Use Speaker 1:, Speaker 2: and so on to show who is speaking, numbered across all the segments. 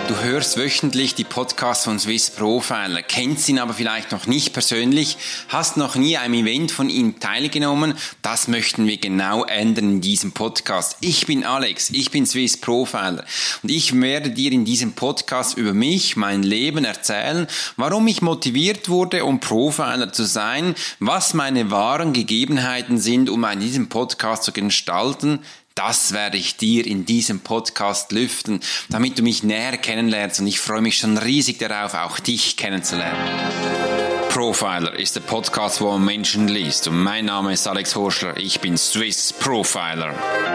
Speaker 1: Du hörst wöchentlich die Podcasts von Swiss Profiler, kennst ihn aber vielleicht noch nicht persönlich, hast noch nie einem Event von ihm teilgenommen. Das möchten wir genau ändern in diesem Podcast. Ich bin Alex, ich bin Swiss Profiler und ich werde dir in diesem Podcast über mich, mein Leben erzählen, warum ich motiviert wurde, um Profiler zu sein, was meine wahren Gegebenheiten sind, um an diesem Podcast zu gestalten. Das werde ich dir in diesem Podcast lüften, damit du mich näher kennenlernst, und ich freue mich schon riesig darauf, auch dich kennenzulernen. Profiler ist der Podcast, wo man Menschen liest, und mein Name ist Alex Horschler, ich bin Swiss Profiler.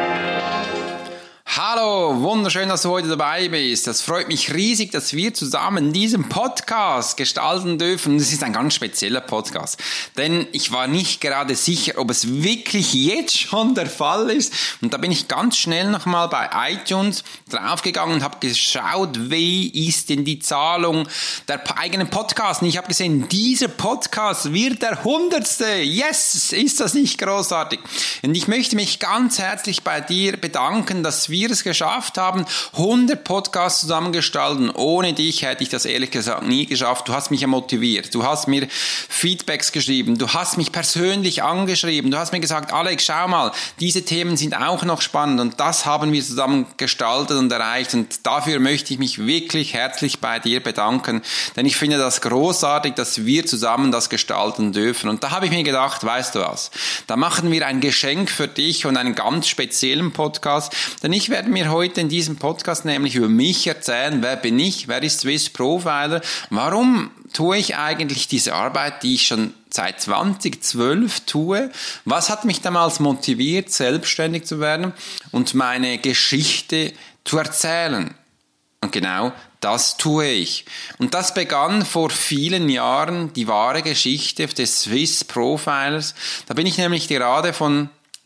Speaker 1: Hallo, wunderschön, dass du heute dabei bist. Das freut mich riesig, dass wir zusammen diesen Podcast gestalten dürfen. Das ist ein ganz spezieller Podcast, denn ich war nicht gerade sicher, ob es wirklich jetzt schon der Fall ist. Und da bin ich ganz schnell nochmal bei iTunes draufgegangen und habe geschaut, wie ist denn die Zahlung der eigenen Podcasts. Und ich habe gesehen, dieser Podcast wird der 100. Yes, ist das nicht großartig? Und ich möchte mich ganz herzlich bei dir bedanken, dass wir es geschafft haben, 100 Podcasts zusammengestalten. Ohne dich hätte ich das ehrlich gesagt nie geschafft. Du hast mich ja motiviert. Du hast mir Feedbacks geschrieben. Du hast mich persönlich angeschrieben. Du hast mir gesagt, Alex, schau mal, diese Themen sind auch noch spannend, und das haben wir zusammen gestaltet und erreicht, und dafür möchte ich mich wirklich herzlich bei dir bedanken, denn ich finde das großartig, dass wir zusammen das gestalten dürfen. Und da habe ich mir gedacht, weißt du was, da machen wir ein Geschenk für dich und einen ganz speziellen Podcast, denn ich werde mir heute in diesem Podcast nämlich über mich erzählen. Wer bin ich? Wer ist Swiss Profiler? Warum tue ich eigentlich diese Arbeit, die ich schon seit 2012 tue? Was hat mich damals motiviert, selbstständig zu werden und meine Geschichte zu erzählen? Und genau das tue ich. Und das begann vor vielen Jahren, die wahre Geschichte des Swiss Profilers. Da bin ich nämlich gerade von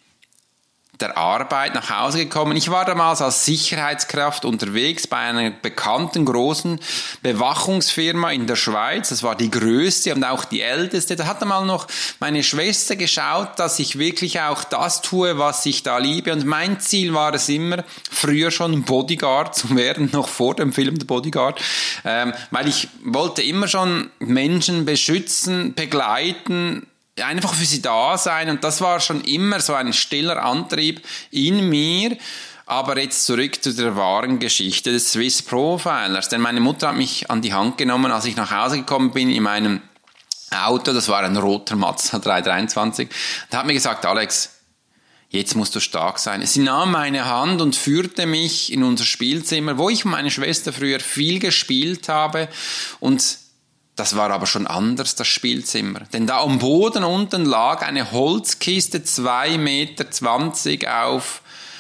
Speaker 1: der Arbeit nach Hause gekommen. Ich war damals als Sicherheitskraft unterwegs bei einer bekannten großen Bewachungsfirma in der Schweiz. Das war die größte und auch die älteste. Da hat einmal noch meine Schwester geschaut, dass ich wirklich auch das tue, was ich da liebe. Und mein Ziel war es immer, früher schon Bodyguard zu werden, noch vor dem Film The Bodyguard, weil ich wollte immer schon Menschen beschützen, begleiten, einfach für sie da sein, und das war schon immer so ein stiller Antrieb in mir. Aber jetzt zurück zu der wahren Geschichte des Swiss Profilers, denn meine Mutter hat mich an die Hand genommen, als ich nach Hause gekommen bin in meinem Auto. Das war ein roter Mazda 323, und hat mir gesagt, Alex, jetzt musst du stark sein. Sie nahm meine Hand und führte mich in unser Spielzimmer, wo ich und meine Schwester früher viel gespielt habe, und das war aber schon anders, das Spielzimmer. Denn da am Boden unten lag eine Holzkiste, 2,20 Meter auf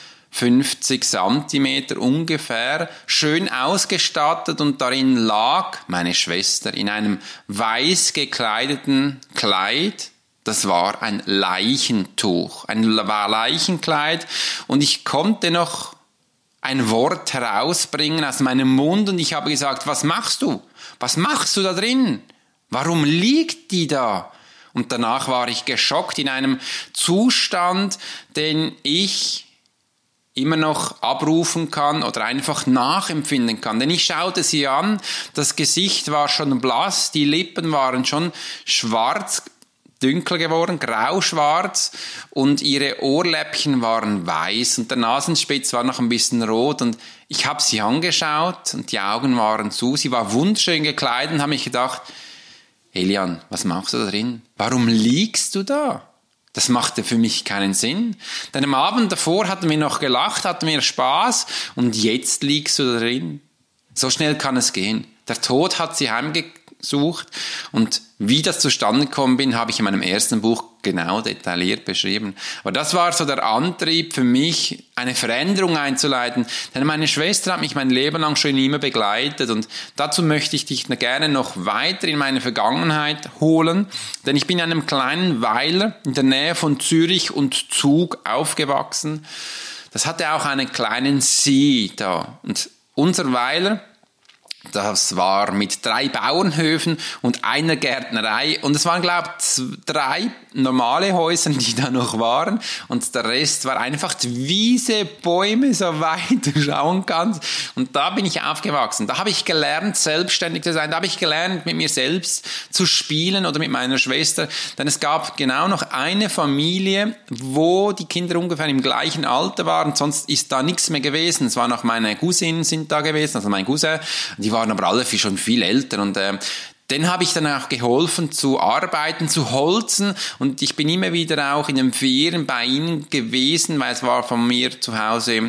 Speaker 1: 50 Zentimeter ungefähr, schön ausgestattet, und darin lag meine Schwester in einem weiß gekleideten Kleid. Das war ein Leichentuch, ein Leichenkleid, und ich konnte noch ein Wort herausbringen aus meinem Mund, und ich habe gesagt, was machst du? Was machst du da drin? Warum liegt die da? Und danach war ich geschockt in einem Zustand, den ich immer noch abrufen kann oder einfach nachempfinden kann. Denn ich schaute sie an, das Gesicht war schon blass, die Lippen waren schon schwarz, dunkel geworden, grauschwarz, und ihre Ohrläppchen waren weiß und der Nasenspitz war noch ein bisschen rot, und ich habe sie angeschaut und die Augen waren zu. Sie war wunderschön gekleidet und habe mich gedacht, Elian, was machst du da drin? Warum liegst du da? Das machte für mich keinen Sinn. Denn am Abend davor hatten wir noch gelacht, hatten wir Spaß, und jetzt liegst du da drin. So schnell kann es gehen. Der Tod hat sie heimgesucht, und wie das zustande gekommen bin, habe ich in meinem ersten Buch genau detailliert beschrieben. Aber das war so der Antrieb für mich, eine Veränderung einzuleiten. Denn meine Schwester hat mich mein Leben lang schon immer begleitet, und dazu möchte ich dich gerne noch weiter in meine Vergangenheit holen. Denn ich bin in einem kleinen Weiler in der Nähe von Zürich und Zug aufgewachsen. Das hatte auch einen kleinen See da. Und unser Weiler, Das war mit 3 Bauernhöfen und einer Gärtnerei. Und es waren, glaube ich, 3 normale Häuser, die da noch waren. Und der Rest war einfach die Wiese, Bäume, so weit du schauen kannst. Und da bin ich aufgewachsen. Da habe ich gelernt, selbstständig zu sein. Da habe ich gelernt, mit mir selbst zu spielen oder mit meiner Schwester. Denn es gab genau noch eine Familie, wo die Kinder ungefähr im gleichen Alter waren. Sonst ist da nichts mehr gewesen. Es waren noch meine Cousinen sind da gewesen, also mein Cousin. Die waren aber alle schon viel älter und den habe ich dann auch geholfen zu arbeiten, zu holzen und ich bin immer wieder auch in den Ferien bei ihnen gewesen, weil es war von mir zu Hause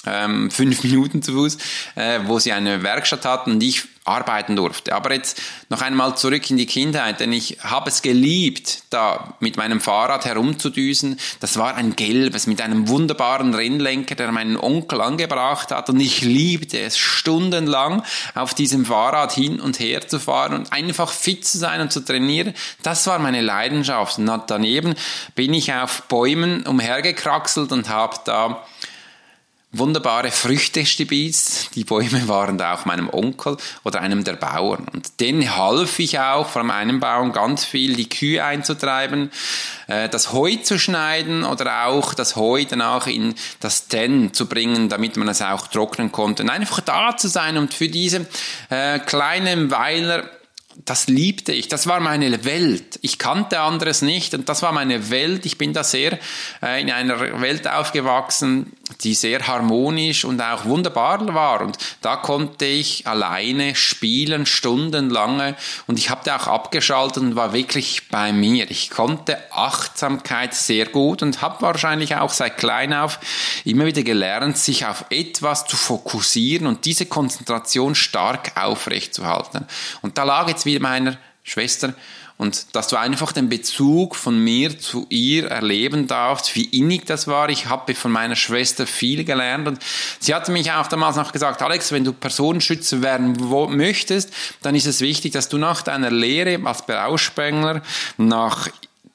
Speaker 1: 5 Minuten zu Fuß, wo sie eine Werkstatt hatten und ich arbeiten durfte. Aber jetzt noch einmal zurück in die Kindheit, denn ich habe es geliebt, da mit meinem Fahrrad herumzudüsen. Das war ein gelbes mit einem wunderbaren Rennlenker, der meinen Onkel angebracht hat und ich liebte es, stundenlang auf diesem Fahrrad hin und her zu fahren und einfach fit zu sein und zu trainieren. Das war meine Leidenschaft. Und daneben bin ich auf Bäumen umhergekraxelt und habe da wunderbare Früchte stibitzt. Die Bäume waren da auch meinem Onkel oder einem der Bauern. Und denen half ich auch, vor einem Bauern ganz viel, die Kühe einzutreiben, das Heu zu schneiden oder auch das Heu danach in das Tenn zu bringen, damit man es auch trocknen konnte. Und einfach da zu sein und für diese kleinen Weiler, das liebte ich, das war meine Welt. Ich kannte anderes nicht und das war meine Welt. Ich bin da sehr in einer Welt aufgewachsen, die sehr harmonisch und auch wunderbar war. Und da konnte ich alleine spielen, stundenlange. Und ich habe da auch abgeschaltet und war wirklich bei mir. Ich konnte Achtsamkeit sehr gut und habe wahrscheinlich auch seit klein auf immer wieder gelernt, sich auf etwas zu fokussieren und diese Konzentration stark aufrechtzuerhalten. Und da lag jetzt wieder meiner Schwester und dass du einfach den Bezug von mir zu ihr erleben darfst, wie innig das war. Ich habe von meiner Schwester viel gelernt und sie hatte mich auch damals noch gesagt, Alex, wenn du Personenschützer werden möchtest, dann ist es wichtig, dass du nach deiner Lehre als Berufsspengler nach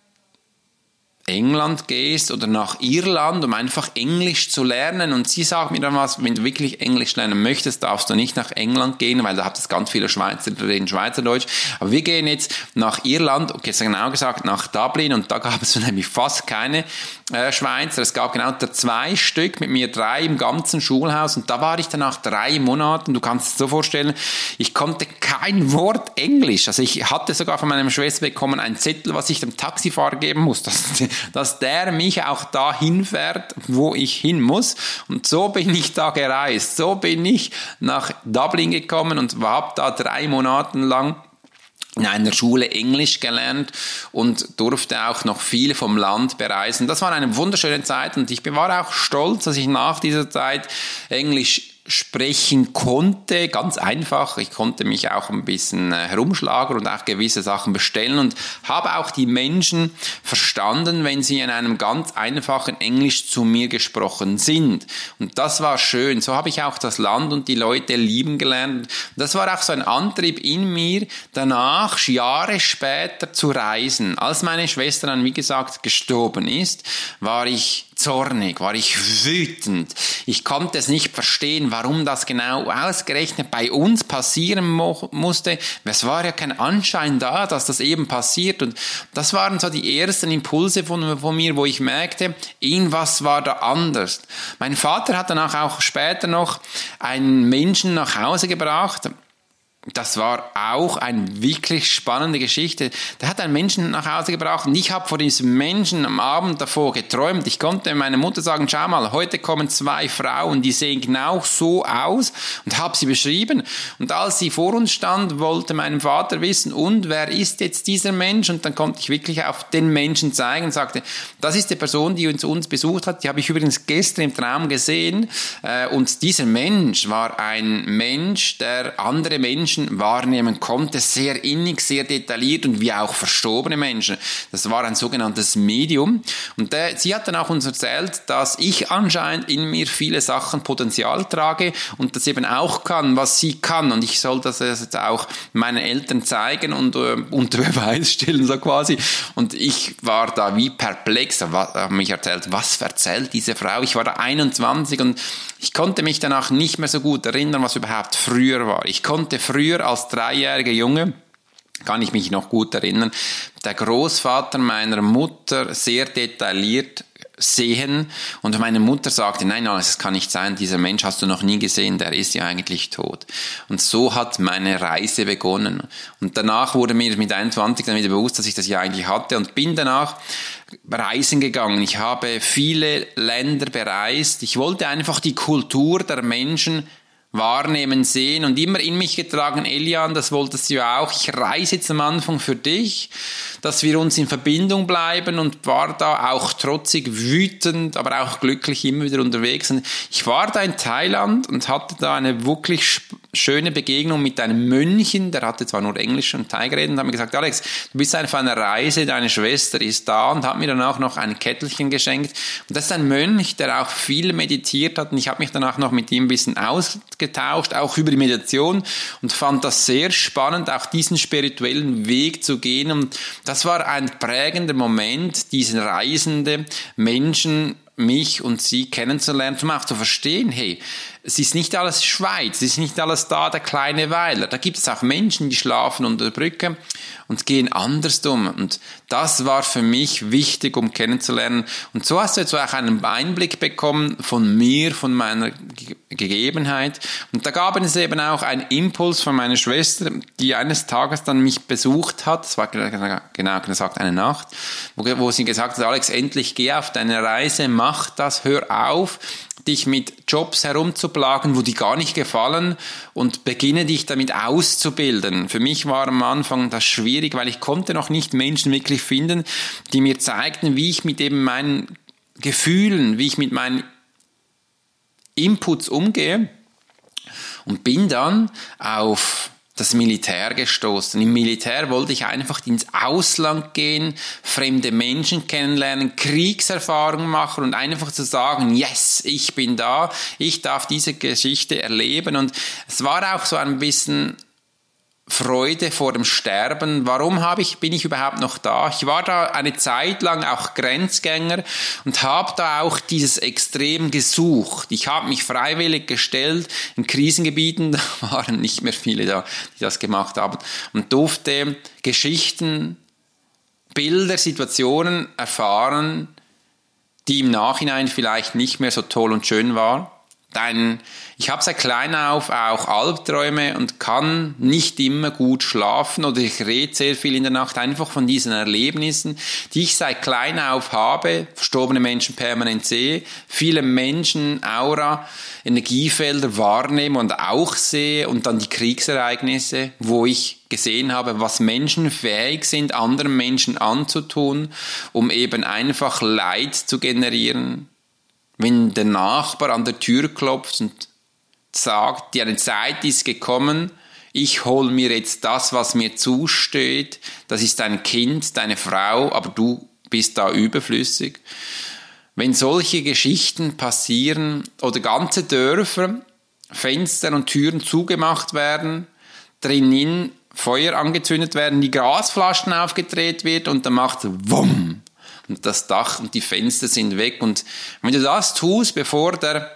Speaker 1: England gehst oder nach Irland, um einfach Englisch zu lernen. Und sie sagt mir dann was, wenn du wirklich Englisch lernen möchtest, darfst du nicht nach England gehen, weil da habt es ganz viele Schweizer, die reden Schweizerdeutsch. Aber wir gehen jetzt nach Irland, okay, genau gesagt nach Dublin und da gab es nämlich fast keine Schweizer. Es gab genau 2 Stück, mit mir 3 im ganzen Schulhaus und da war ich dann nach 3 Monaten, du kannst es so vorstellen, ich konnte kein Wort Englisch. Also ich hatte sogar von meiner Schwester bekommen einen Zettel, was ich dem Taxifahrer geben muss, dass der mich auch da hinfährt, wo ich hin muss. Und so bin ich da gereist. So bin ich nach Dublin gekommen und habe da 3 Monate lang in einer Schule Englisch gelernt und durfte auch noch viel vom Land bereisen. Das war eine wunderschöne Zeit und ich war auch stolz, dass ich nach dieser Zeit Englisch sprechen konnte, ganz einfach. Ich konnte mich auch ein bisschen herumschlagen und auch gewisse Sachen bestellen und habe auch die Menschen verstanden, wenn sie in einem ganz einfachen Englisch zu mir gesprochen sind. Und das war schön. So habe ich auch das Land und die Leute lieben gelernt. Und das war auch so ein Antrieb in mir, danach, Jahre später zu reisen. Als meine Schwester dann, wie gesagt, gestorben ist, war ich zornig, war ich wütend. Ich konnte es nicht verstehen, warum das genau ausgerechnet bei uns passieren musste. Es war ja kein Anschein da, dass das eben passiert. Und das waren so die ersten Impulse von mir, wo ich merkte, irgendwas war da anders. Mein Vater hat danach auch später noch einen Menschen nach Hause gebracht. Das war auch eine wirklich spannende Geschichte. Der hat einen Menschen nach Hause gebracht und ich habe vor diesem Menschen am Abend davor geträumt. Ich konnte meiner Mutter sagen, schau mal, heute kommen 2 Frauen, die sehen genau so aus und habe sie beschrieben. Und als sie vor uns stand, wollte mein Vater wissen, und wer ist jetzt dieser Mensch? Und dann konnte ich wirklich auf den Menschen zeigen und sagte, das ist die Person, die uns besucht hat. Die habe ich übrigens gestern im Traum gesehen. Und dieser Mensch war ein Mensch, der andere Menschen wahrnehmen konnte, sehr innig, sehr detailliert und wie auch verstorbene Menschen. Das war ein sogenanntes Medium. Und sie hat dann auch uns erzählt, dass ich anscheinend in mir viele Sachen Potenzial trage und das eben auch kann, was sie kann. Und ich soll das jetzt auch meinen Eltern zeigen und unter Beweis stellen, so quasi. Und ich war da wie perplex, habe mich erzählt, was erzählt diese Frau? Ich war da 21 und ich konnte mich danach nicht mehr so gut erinnern, was überhaupt früher war. Ich konnte früher früher als 3-jähriger Junge, kann ich mich noch gut erinnern, der Großvater meiner Mutter sehr detailliert sehen und meine Mutter sagte, nein, das kann nicht sein, dieser Mensch hast du noch nie gesehen, der ist ja eigentlich tot. Und so hat meine Reise begonnen. Und danach wurde mir mit 21 dann wieder bewusst, dass ich das ja eigentlich hatte und bin danach reisen gegangen. Ich habe viele Länder bereist. Ich wollte einfach die Kultur der Menschen wahrnehmen, sehen und immer in mich getragen, Elian, das wolltest du ja auch, ich reise jetzt am Anfang für dich, dass wir uns in Verbindung bleiben und war da auch trotzig, wütend, aber auch glücklich immer wieder unterwegs. Und ich war da in Thailand und hatte da eine wirklich schöne Begegnung mit einem Mönchen, der hatte zwar nur Englisch und Thai geredet und hat mir gesagt, Alex, du bist einfach auf einer Reise, deine Schwester ist da und hat mir dann auch noch ein Kettelchen geschenkt. Und das ist ein Mönch, der auch viel meditiert hat und ich habe mich danach noch mit ihm ein bisschen ausgetauscht, auch über die Meditation und fand das sehr spannend, auch diesen spirituellen Weg zu gehen. Und das war ein prägender Moment, diese reisende Menschen, mich und sie kennenzulernen, um auch zu verstehen, hey, es ist nicht alles Schweiz, es ist nicht alles da der kleine Weiler. Da gibt es auch Menschen, die schlafen unter der Brücke und gehen anders um. Und das war für mich wichtig, um kennenzulernen. Und so hast du jetzt auch einen Einblick bekommen von mir, von meiner Gegebenheit. Und da gab es eben auch einen Impuls von meiner Schwester, die eines Tages dann mich besucht hat. Das war genau gesagt eine Nacht, wo sie gesagt hat, Alex, endlich geh auf deine Reise, mach das, hör auf, dich mit Jobs herumzuplagen, wo die gar nicht gefallen und beginne dich damit auszubilden. Für mich war am Anfang das schwierig, weil ich konnte noch nicht Menschen wirklich finden, die mir zeigten, wie ich mit eben meinen Gefühlen, wie ich mit meinen Inputs umgehe und bin dann auf das Militär gestoßen. Im Militär wollte ich einfach ins Ausland gehen, fremde Menschen kennenlernen, Kriegserfahrungen machen und einfach zu sagen, yes, ich bin da, ich darf diese Geschichte erleben. Und es war auch so ein bisschen Freude vor dem Sterben. Warum bin ich überhaupt noch da? Ich war da eine Zeit lang auch Grenzgänger und habe da auch dieses Extrem gesucht. Ich habe mich freiwillig gestellt in Krisengebieten, da waren nicht mehr viele da, die das gemacht haben, und durfte Geschichten, Bilder, Situationen erfahren, die im Nachhinein vielleicht nicht mehr so toll und schön waren. Ich habe seit klein auf auch Albträume und kann nicht immer gut schlafen oder ich rede sehr viel in der Nacht einfach von diesen Erlebnissen, die ich seit klein auf habe, verstorbene Menschen permanent sehe, viele Menschen, Aura, Energiefelder wahrnehme und auch sehe und dann die Kriegsereignisse, wo ich gesehen habe, was Menschen fähig sind, anderen Menschen anzutun, um eben einfach Leid zu generieren. Wenn der Nachbar an der Tür klopft und sagt, eine Zeit ist gekommen, ich hole mir jetzt das, was mir zusteht, das ist dein Kind, deine Frau, aber du bist da überflüssig. Wenn solche Geschichten passieren oder ganze Dörfer, Fenster und Türen zugemacht werden, drinnen Feuer angezündet werden, die Gasflaschen aufgedreht wird und dann macht es wumm. Und das Dach und die Fenster sind weg. Und wenn du das tust, bevor der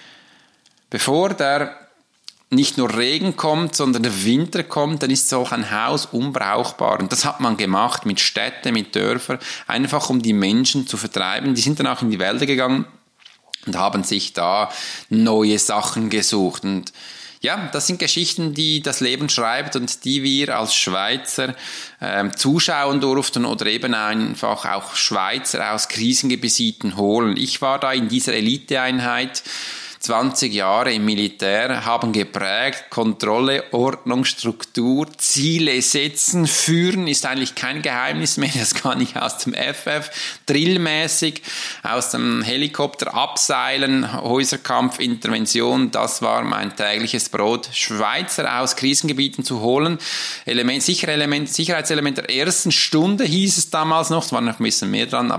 Speaker 1: nicht nur Regen kommt, sondern der Winter kommt, dann ist solch ein Haus unbrauchbar. Und das hat man gemacht mit Städten, mit Dörfern, einfach um die Menschen zu vertreiben. Die sind dann auch in die Wälder gegangen und haben sich da neue Sachen gesucht. Und ja, das sind Geschichten, die das Leben schreibt und die wir als Schweizer zuschauen durften oder eben einfach auch Schweizer aus Krisengebieten holen. Ich war da in dieser Eliteeinheit 20 Jahre im Militär, haben geprägt, Kontrolle, Ordnung, Struktur, Ziele setzen, führen ist eigentlich kein Geheimnis mehr, das kann ich aus dem FF, drillmäßig, aus dem Helikopter abseilen, Häuserkampf, Intervention, das war mein tägliches Brot, Schweizer aus Krisengebieten zu holen, Sicherheitselement der ersten Stunde hieß es damals noch, es war noch ein bisschen mehr dran, aber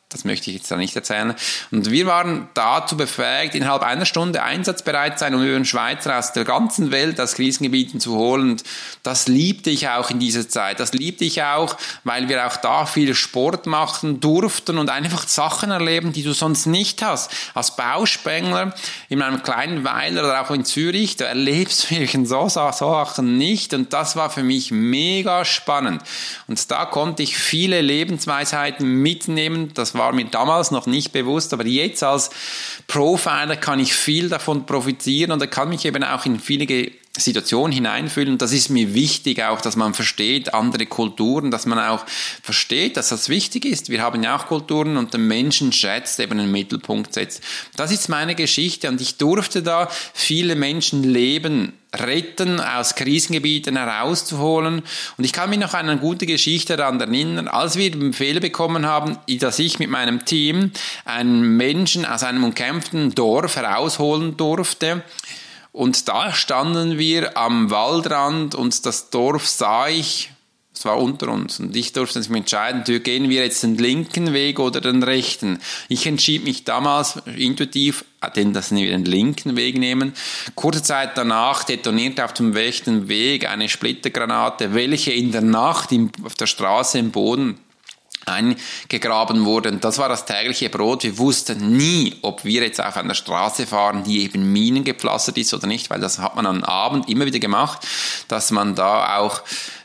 Speaker 1: das möchte ich jetzt da nicht erzählen. Und wir waren dazu befähigt, innerhalb einer Stunde einsatzbereit sein, um über den Schweizer aus der ganzen Welt aus Krisengebieten zu holen. Und das liebte ich auch in dieser Zeit. Das liebte ich auch, weil wir auch da viel Sport machen durften und einfach Sachen erleben, die du sonst nicht hast. Als Bauspengler in einem kleinen Weiler oder auch in Zürich, da erlebst du so Sachen nicht. Und das war für mich mega spannend. Und da konnte ich viele Lebensweisheiten mitnehmen. Das war mir damals noch nicht bewusst, aber jetzt als Profiler kann ich viel davon profitieren und er kann mich eben auch in viele Situationen hineinfühlen. Und das ist mir wichtig auch, dass man versteht andere Kulturen, dass man auch versteht, dass das wichtig ist. Wir haben ja auch Kulturen und den Menschen schätzt, eben einen Mittelpunkt setzt. Das ist meine Geschichte und ich durfte da viele Menschenleben retten, aus Krisengebieten herauszuholen. Und ich kann mich noch an eine gute Geschichte daran erinnern, als wir den Befehl bekommen haben, dass ich mit meinem Team einen Menschen aus einem umkämpften Dorf herausholen durfte. Und da standen wir am Waldrand und das Dorf sah ich, es war unter uns und ich durfte mich entscheiden, gehen wir jetzt den linken Weg oder den rechten. Ich entschied mich damals intuitiv, dass wir den linken Weg nehmen. Kurze Zeit danach detonierte auf dem rechten Weg eine Splittergranate, welche in der Nacht auf der Straße im Boden eingegraben wurden. Das war das tägliche Brot. Wir wussten nie, ob wir jetzt auf einer Straße fahren, die eben minengepflastert ist oder nicht, weil das hat man am Abend immer wieder gemacht, dass man da auch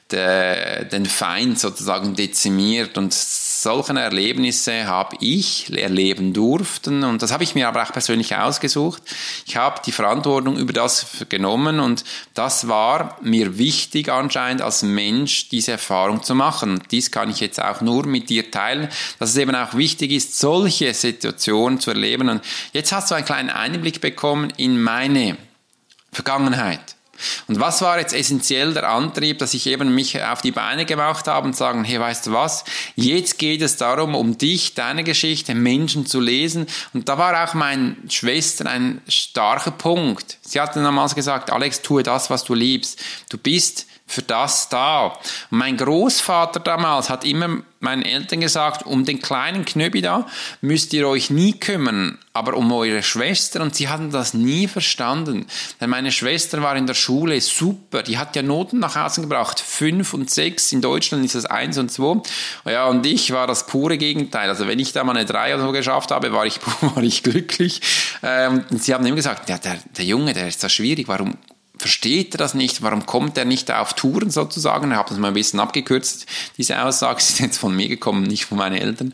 Speaker 1: den Feind sozusagen dezimiert und solche Erlebnisse habe ich erleben durften und das habe ich mir aber auch persönlich ausgesucht. Ich habe die Verantwortung über das genommen und das war mir wichtig anscheinend als Mensch, diese Erfahrung zu machen. Und dies kann ich jetzt auch nur mit dir teilen, dass es eben auch wichtig ist, solche Situationen zu erleben. Und jetzt hast du einen kleinen Einblick bekommen in meine Vergangenheit. Und was war jetzt essentiell der Antrieb, dass ich eben mich auf die Beine gemacht habe und sagen, hey, weißt du was, jetzt geht es darum, um dich, deine Geschichte, Menschen zu lesen. Und da war auch meine Schwester ein starker Punkt. Sie hat damals gesagt, Alex, tue das, was du liebst. Du bist für das da. Und mein Großvater damals hat immer meinen Eltern gesagt, um den kleinen Knöbi da müsst ihr euch nie kümmern, aber um eure Schwester. Und sie hatten das nie verstanden. Denn meine Schwester war in der Schule super. Die hat ja Noten nach Hause gebracht. 5 und 6. In Deutschland ist es 1 und 2. Ja, und ich war das pure Gegenteil. Also wenn ich da mal eine 3 oder so geschafft habe, war ich glücklich. Und sie haben immer gesagt, ja, der Junge, der ist so schwierig. Warum versteht er das nicht? Warum kommt er nicht auf Touren sozusagen? Ich habe das mal ein bisschen abgekürzt, diese Aussage. Sie ist jetzt von mir gekommen, nicht von meinen Eltern.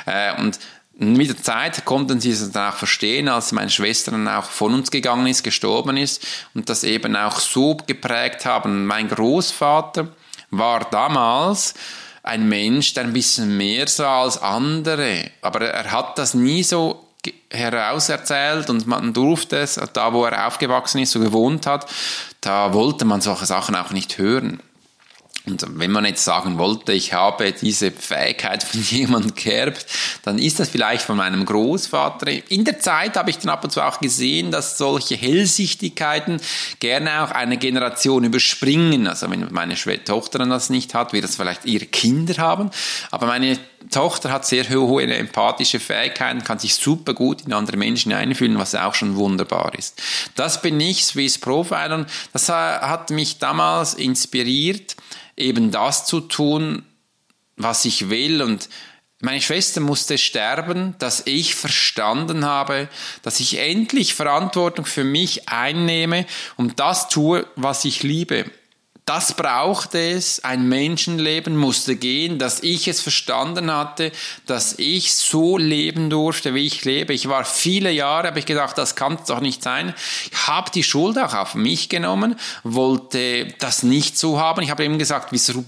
Speaker 1: Und mit der Zeit konnten sie es dann auch verstehen, als meine Schwester dann auch von uns gegangen ist, gestorben ist und das eben auch so geprägt haben. Mein Großvater war damals ein Mensch, der ein bisschen mehr sah als andere, aber er hat das nie so herauserzählt und man durfte es, da wo er aufgewachsen ist, so gewohnt hat, da wollte man solche Sachen auch nicht hören. Und wenn man jetzt sagen wollte, ich habe diese Fähigkeit von jemandem geerbt, dann ist das vielleicht von meinem Großvater. In der Zeit habe ich dann ab und zu auch gesehen, dass solche Hellsichtigkeiten gerne auch eine Generation überspringen. Also wenn meine Tochter das nicht hat, wird das vielleicht ihre Kinder haben. Aber meine Tochter hat sehr hohe empathische Fähigkeiten, kann sich super gut in andere Menschen einfühlen, was auch schon wunderbar ist. Das bin ich, Swiss Profiler, und das hat mich damals inspiriert, eben das zu tun, was ich will. Und meine Schwester musste sterben, dass ich verstanden habe, dass ich endlich Verantwortung für mich einnehme und das tue, was ich liebe. Das brauchte es, ein Menschenleben musste gehen, dass ich es verstanden hatte, dass ich so leben durfte, wie ich lebe. Ich war viele Jahre, habe ich gedacht, das kann es doch nicht sein. Ich habe die Schuld auch auf mich genommen, wollte das nicht so haben. Ich habe eben gesagt, warum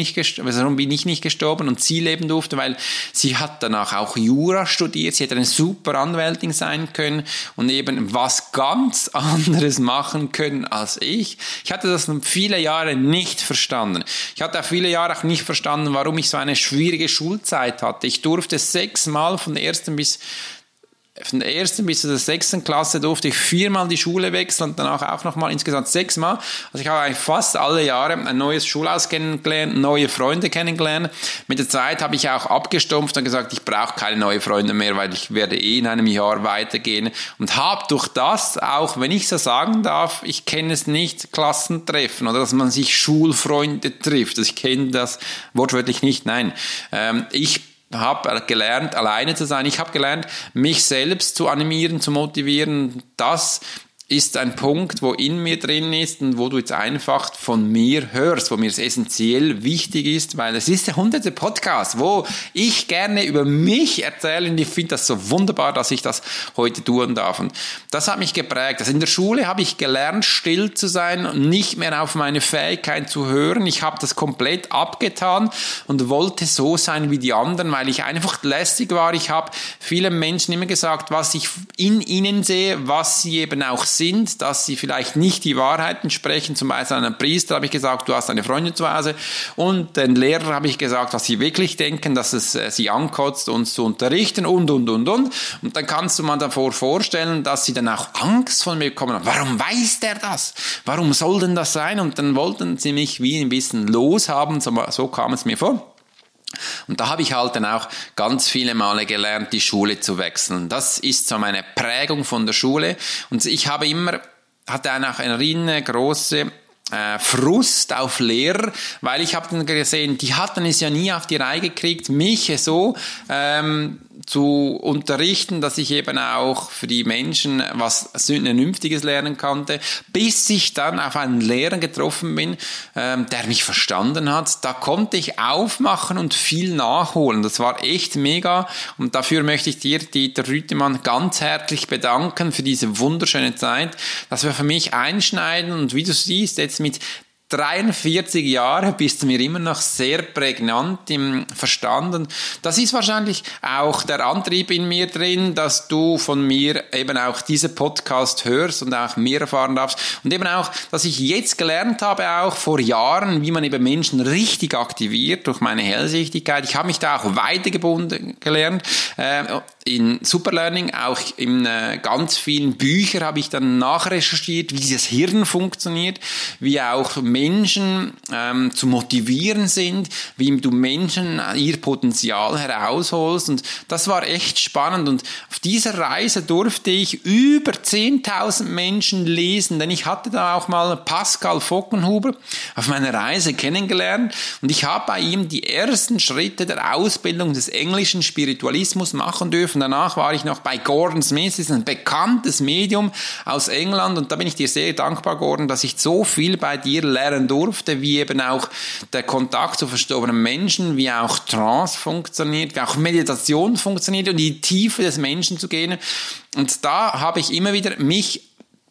Speaker 1: bin ich nicht gestorben und sie leben durfte, weil sie hat danach auch Jura studiert, sie hätte eine super Anwältin sein können und eben was ganz anderes machen können als ich. Ich hatte das viele Jahre nicht verstanden. Ich hatte auch viele Jahre auch nicht verstanden, warum ich so eine schwierige Schulzeit hatte. Ich durfte 6 Mal von der 1. bis von der 1. bis zur 6. Klasse durfte ich 4-mal die Schule wechseln und danach auch nochmal insgesamt 6-mal. Also ich habe eigentlich fast alle Jahre ein neues Schulhaus kennengelernt, neue Freunde kennengelernt. Mit der Zeit habe ich auch abgestumpft und gesagt, ich brauche keine neuen Freunde mehr, weil ich werde in einem Jahr weitergehen und habe durch das auch, wenn ich so sagen darf, ich kenne es nicht, Klassentreffen oder dass man sich Schulfreunde trifft. Ich kenne das wortwörtlich nicht, nein. Ich habe gelernt, alleine zu sein. Ich habe gelernt, mich selbst zu animieren, zu motivieren. Das ist ein Punkt, wo in mir drin ist und wo du jetzt einfach von mir hörst, wo mir es essentiell wichtig ist, weil es ist der 100. Podcast, wo ich gerne über mich erzähle und ich finde das so wunderbar, dass ich das heute tun darf. Und das hat mich geprägt. Also in der Schule habe ich gelernt, still zu sein und nicht mehr auf meine Fähigkeit zu hören. Ich habe das komplett abgetan und wollte so sein wie die anderen, weil ich einfach lästig war. Ich habe vielen Menschen immer gesagt, was ich in ihnen sehe, was sie eben auch sind, dass sie vielleicht nicht die Wahrheiten sprechen. Zum Beispiel einem Priester habe ich gesagt, du hast eine Freundin zu Hause. Und den Lehrern habe ich gesagt, was sie wirklich denken, dass es sie ankotzt, uns zu unterrichten und. Und dann kannst du mal davor vorstellen, dass sie dann auch Angst von mir bekommen. Warum weiß der das? Warum soll denn das sein? Und dann wollten sie mich wie ein bisschen loshaben. So kam es mir vor. Und da habe ich halt dann auch ganz viele Male gelernt, die Schule zu wechseln. Das ist so meine Prägung von der Schule. Und ich hatte auch eine riesengroße Frust auf Lehrer, weil ich habe dann gesehen, die hatten es ja nie auf die Reihe gekriegt, mich so zu unterrichten, dass ich eben auch für die Menschen was Vernünftiges lernen konnte, bis ich dann auf einen Lehrer getroffen bin, der mich verstanden hat. Da konnte ich aufmachen und viel nachholen. Das war echt mega und dafür möchte ich dir, Dieter Rütemann, ganz herzlich bedanken für diese wunderschöne Zeit. Das war für mich einschneidend und wie du siehst, jetzt mit 43 Jahre bist du mir immer noch sehr prägnant im Verstand und das ist wahrscheinlich auch der Antrieb in mir drin, dass du von mir eben auch diesen Podcast hörst und auch mehr erfahren darfst und eben auch, dass ich jetzt gelernt habe, auch vor Jahren, wie man eben Menschen richtig aktiviert durch meine Hellsichtigkeit. Ich habe mich da auch weitergebunden gelernt, in Superlearning, auch in ganz vielen Büchern habe ich dann nachrecherchiert, wie dieses Hirn funktioniert, wie auch Menschen zu motivieren sind, wie du Menschen ihr Potenzial herausholst und das war echt spannend und auf dieser Reise durfte ich über 10.000 Menschen lesen, denn ich hatte da auch mal Pascal Vockenhuber auf meiner Reise kennengelernt und ich habe bei ihm die ersten Schritte der Ausbildung des englischen Spiritualismus machen dürfen. Danach war ich noch bei Gordon Smith, das ist ein bekanntes Medium aus England und da bin ich dir sehr dankbar, Gordon, dass ich so viel bei dir lernen durfte, wie eben auch der Kontakt zu verstorbenen Menschen, wie auch Trance funktioniert, wie auch Meditation funktioniert und in die Tiefe des Menschen zu gehen. Und da habe ich immer wieder mich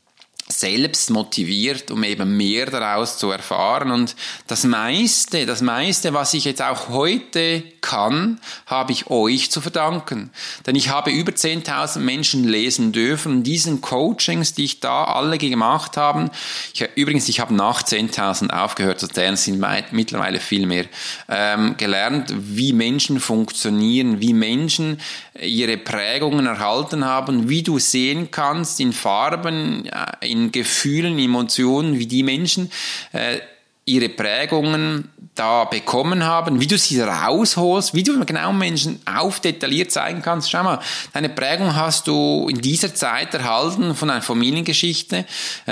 Speaker 1: selbst motiviert, um eben mehr daraus zu erfahren. Und das meiste, was ich jetzt auch heute kann, habe ich euch zu verdanken. Denn ich habe über 10.000 Menschen lesen dürfen. Und diesen Coachings, die ich da alle gemacht habe, ich habe nach 10.000 aufgehört zu zählen, sind mittlerweile viel mehr, gelernt, wie Menschen funktionieren, wie Menschen ihre Prägungen erhalten haben, wie du sehen kannst in Farben, in Gefühlen, Emotionen, wie die Menschen ihre Prägungen da bekommen haben, wie du sie rausholst, wie du genau Menschen detailliert zeigen kannst. Schau mal, deine Prägung hast du in dieser Zeit erhalten von einer Familiengeschichte,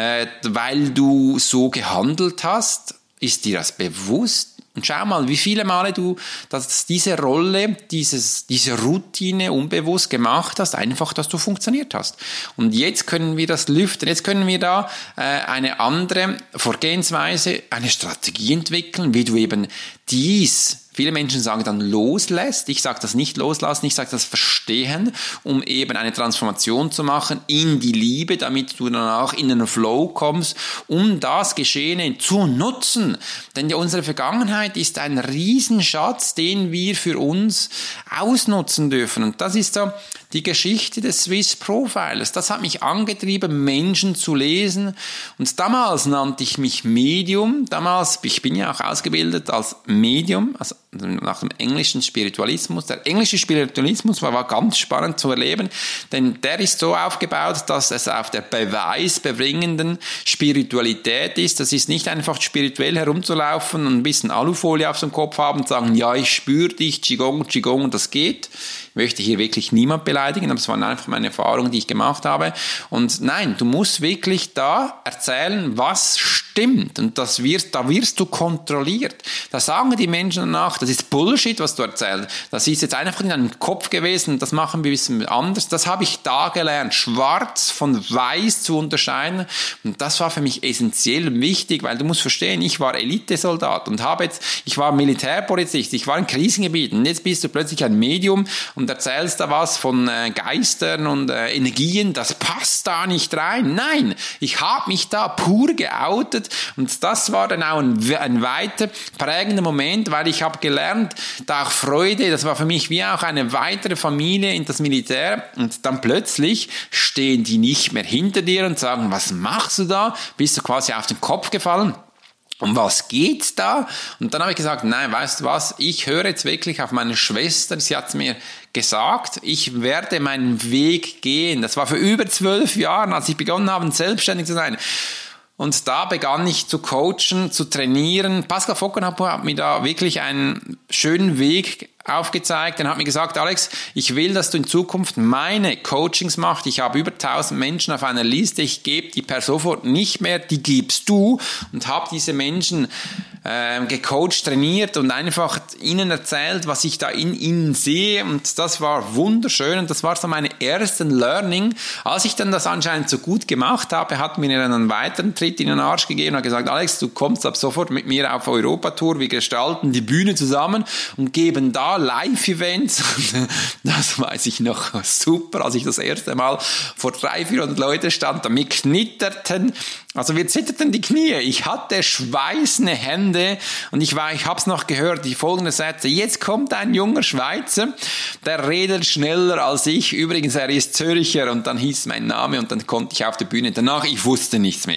Speaker 1: weil du so gehandelt hast. Ist dir das bewusst? Und schau mal, wie viele Male du diese Rolle, diese Routine unbewusst gemacht hast, einfach, dass du funktioniert hast. Und jetzt können wir das lüften, jetzt können wir da eine andere Vorgehensweise, eine Strategie entwickeln, wie du eben viele Menschen sagen dann loslässt. Ich sage das nicht loslassen, ich sage das verstehen, um eben eine Transformation zu machen in die Liebe, damit du danach in den Flow kommst, um das Geschehene zu nutzen. Denn unsere Vergangenheit ist ein Riesenschatz, den wir für uns ausnutzen dürfen. Und das ist so die Geschichte des Swiss Profilers. Das hat mich angetrieben, Menschen zu lesen. Und damals nannte ich mich Medium. Ich bin ja auch ausgebildet als Medium, also nach dem englischen Spiritualismus. Der englische Spiritualismus war ganz spannend zu erleben, denn der ist so aufgebaut, dass es auf der beweisbringenden Spiritualität ist. Das ist nicht einfach spirituell herumzulaufen und ein bisschen Alufolie auf dem Kopf haben und sagen, ja, ich spüre dich, Qigong, und das geht. Ich möchte hier wirklich niemand beleidigen, aber es waren einfach meine Erfahrungen, die ich gemacht habe. Und nein, du musst wirklich da erzählen, was stimmt. Und da wirst du kontrolliert. Da sagen die Menschen danach, das ist Bullshit, was du erzählst. Das ist jetzt einfach in deinem Kopf gewesen, das machen wir ein bisschen anders. Das habe ich da gelernt, schwarz von weiß zu unterscheiden. Und das war für mich essentiell wichtig, weil du musst verstehen, ich war Elitesoldat und ich war Militärpolizist, ich war in Krisengebieten. Und jetzt bist du plötzlich ein Medium und erzählst da was von Geistern und Energien, das passt da nicht rein. Nein, ich habe mich da pur geoutet und das war dann auch ein weiter prägender Moment, weil ich habe gelernt, da auch Freude, das war für mich wie auch eine weitere Familie in das Militär und dann plötzlich stehen die nicht mehr hinter dir und sagen, was machst du da? Bist du quasi auf den Kopf gefallen? Um was geht's da? Und dann habe ich gesagt, nein, weißt du was, ich höre jetzt wirklich auf meine Schwester, sie hat mir gesagt, ich werde meinen Weg gehen. Das war vor über 12 Jahren, als ich begonnen habe, selbstständig zu sein. Und da begann ich zu coachen, zu trainieren. Pascal Fockenhaupt hat mir da wirklich einen schönen Weg aufgezeigt und hat mir gesagt, Alex, ich will, dass du in Zukunft meine Coachings machst. Ich habe über 1000 Menschen auf einer Liste. Ich gebe die per sofort nicht mehr, die gibst du und habe diese Menschen gecoacht, trainiert und einfach ihnen erzählt, was ich da in ihnen sehe und das war wunderschön und das war so meine ersten Learning. Als ich dann das anscheinend so gut gemacht habe, hat mir dann einen weiteren Tritt in den Arsch gegeben und hat gesagt, Alex, du kommst ab sofort mit mir auf Europatour, wir gestalten die Bühne zusammen und geben da Live-Events. Das weiß ich noch super, als ich das erste Mal vor 300-400 Leuten stand, da mir knitterten, also wir zitterten die Knie, ich hatte schweißende Hände und ich habe es noch gehört, die folgenden Sätze, jetzt kommt ein junger Schweizer, der redet schneller als ich, übrigens er ist Zürcher und dann hieß mein Name und dann konnte ich auf die Bühne, danach ich wusste nichts mehr,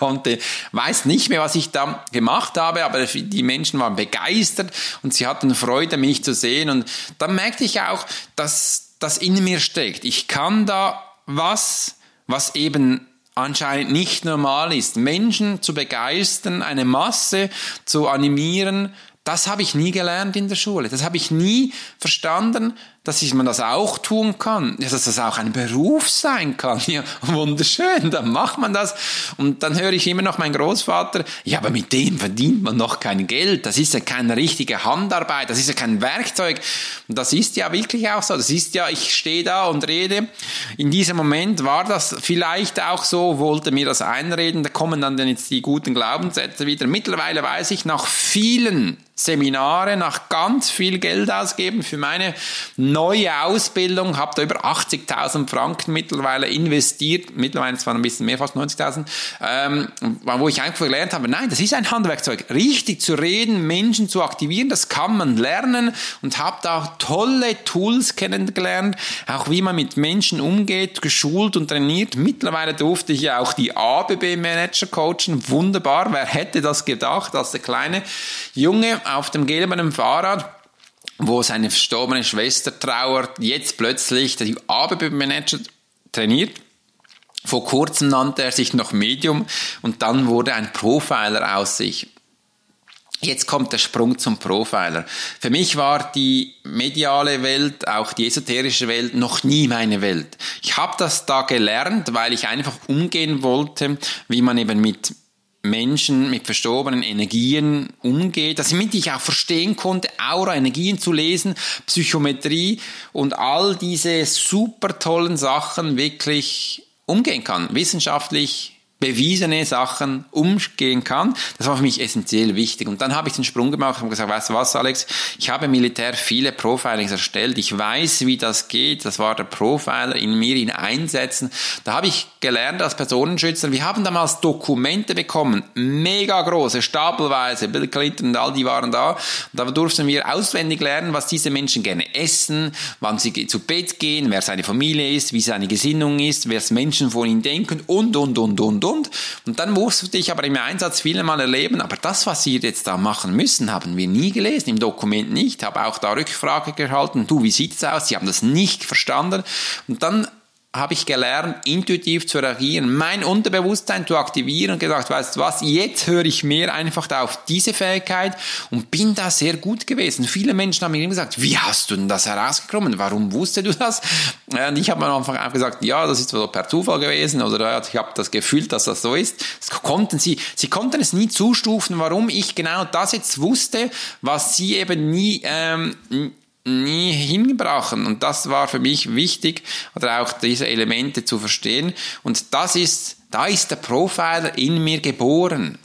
Speaker 1: weiß nicht mehr, was ich da gemacht habe, aber die Menschen waren begeistert und sie hatten Freude, mich zu sehen und dann merkte ich auch, dass das in mir steckt, ich kann da was eben anscheinend nicht normal ist. Menschen zu begeistern, eine Masse zu animieren, das habe ich nie gelernt in der Schule. Das habe ich nie verstanden, dass man das auch tun kann, dass das auch ein Beruf sein kann. Ja, wunderschön, dann macht man das. Und dann höre ich immer noch meinen Großvater, ja, aber mit dem verdient man noch kein Geld. Das ist ja keine richtige Handarbeit, das ist ja kein Werkzeug. Und das ist ja wirklich auch so. Das ist ja, ich stehe da und rede. In diesem Moment war das vielleicht auch so, wollte mir das einreden, da kommen dann jetzt die guten Glaubenssätze wieder. Mittlerweile weiß ich, nach vielen Seminare, nach ganz viel Geld ausgeben für meine neue Ausbildung, habe da über 80.000 Franken mittlerweile investiert, mittlerweile zwar ein bisschen mehr, fast 90.000, wo ich einfach gelernt habe, nein, das ist ein Handwerkzeug, richtig zu reden, Menschen zu aktivieren, das kann man lernen und habe da tolle Tools kennengelernt, auch wie man mit Menschen umgeht, geschult und trainiert. Mittlerweile durfte ich ja auch die ABB-Manager coachen, wunderbar, wer hätte das gedacht, als der kleine Junge auf dem gelben Fahrrad, wo seine verstorbene Schwester trauert, jetzt plötzlich die ABB-Manager trainiert. Vor kurzem nannte er sich noch Medium und dann wurde ein Profiler aus sich. Jetzt kommt der Sprung zum Profiler. Für mich war die mediale Welt, auch die esoterische Welt, noch nie meine Welt. Ich habe das da gelernt, weil ich einfach umgehen wollte, wie man eben mit Menschen mit verstorbenen Energien umgeht, damit ich auch verstehen konnte, Aura, Energien zu lesen, Psychometrie und all diese super tollen Sachen wirklich umgehen kann, wissenschaftlich bewiesene Sachen umgehen kann. Das war für mich essentiell wichtig. Und dann habe ich den Sprung gemacht und gesagt, weißt du was, Alex, ich habe im Militär viele Profilings erstellt. Ich weiß, wie das geht. Das war der Profiler in mir, ihn einsetzen. Da habe ich gelernt als Personenschützer. Wir haben damals Dokumente bekommen, mega große, stapelweise. Bill Clinton und all die waren da. Und da durften wir auswendig lernen, was diese Menschen gerne essen, wann sie zu Bett gehen, wer seine Familie ist, wie seine Gesinnung ist, was Menschen von ihnen denken und. Und dann musste ich aber im Einsatz viele Mal erleben, aber das, was Sie jetzt da machen müssen, haben wir nie gelesen, im Dokument nicht, habe auch da Rückfrage gehalten, du, wie sieht es aus? Sie haben das nicht verstanden. Und dann habe ich gelernt, intuitiv zu reagieren, mein Unterbewusstsein zu aktivieren und gesagt, weißt du was, jetzt höre ich mehr einfach auf diese Fähigkeit und bin da sehr gut gewesen. Viele Menschen haben mir immer gesagt, wie hast du denn das herausgekommen? Warum wusstest du das? Und ich habe am Anfang auch gesagt, ja, das ist so per Zufall gewesen oder ich habe das Gefühl, dass das so ist. Sie konnten es nie zustufen, warum ich genau das jetzt wusste, was sie eben nie hinbrachen. Und das war für mich wichtig, oder auch diese Elemente zu verstehen. Und da ist der Profiler in mir geboren.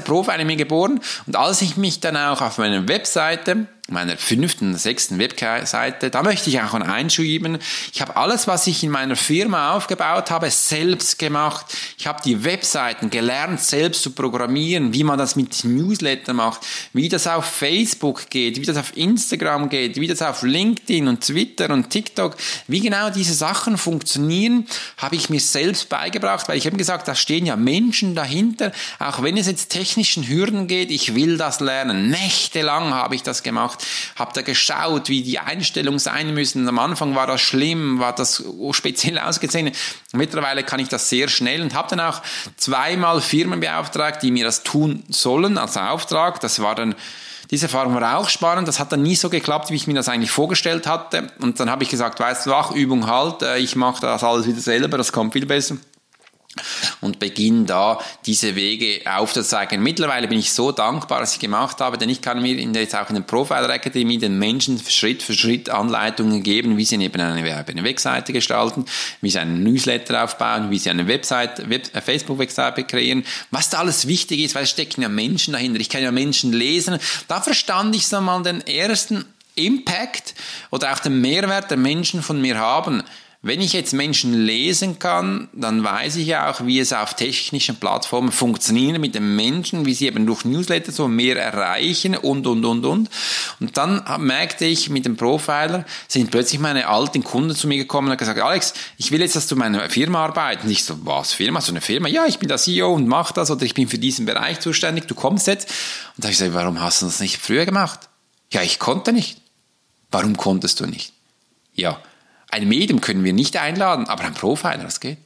Speaker 1: Und als ich mich dann auch auf meiner Webseite, meiner 5. und 6. Webseite, da möchte ich auch einschieben, ich habe alles, was ich in meiner Firma aufgebaut habe, selbst gemacht. Ich habe die Webseiten gelernt, selbst zu programmieren, wie man das mit Newsletter macht, wie das auf Facebook geht, wie das auf Instagram geht, wie das auf LinkedIn und Twitter und TikTok, wie genau diese Sachen funktionieren, habe ich mir selbst beigebracht, weil ich habe gesagt, da stehen ja Menschen dahinter, auch wenn es jetzt technischen Hürden geht, ich will das lernen. Nächtelang habe ich das gemacht, habe da geschaut, wie die Einstellungen sein müssen. Am Anfang war das schlimm, war das speziell ausgezeichnet. Mittlerweile kann ich das sehr schnell und habe dann auch 2-mal Firmen beauftragt, die mir das tun sollen als Auftrag. Diese Erfahrung war auch spannend. Das hat dann nie so geklappt, wie ich mir das eigentlich vorgestellt hatte. Und dann habe ich gesagt, weißt du, Übung halt, ich mache das alles wieder selber, das kommt viel besser. Und beginne da diese Wege aufzuzeigen. Mittlerweile bin ich so dankbar, dass ich gemacht habe, denn ich kann mir jetzt auch in der Profiler Akademie den Menschen Schritt für Schritt Anleitungen geben, wie sie eben eine Webseite gestalten, wie sie einen Newsletter aufbauen, wie sie eine Facebook-Webseite kreieren, was da alles wichtig ist, weil es stecken ja Menschen dahinter. Ich kann ja Menschen lesen. Da verstand ich so mal den ersten Impact oder auch den Mehrwert der Menschen von mir haben. Wenn ich jetzt Menschen lesen kann, dann weiß ich ja auch, wie es auf technischen Plattformen funktioniert mit den Menschen, wie sie eben durch Newsletter so mehr erreichen und. Und dann merkte ich, mit dem Profiler sind plötzlich meine alten Kunden zu mir gekommen und haben gesagt, Alex, ich will jetzt, dass du meine Firma arbeitest. Und ich so, was, Firma? So eine Firma? Ja, ich bin der CEO und mach das, oder ich bin für diesen Bereich zuständig, du kommst jetzt. Und da habe ich gesagt, warum hast du das nicht früher gemacht? Ja, ich konnte nicht. Warum konntest du nicht? Ja, ein Medium können wir nicht einladen, aber ein Profiler, das geht.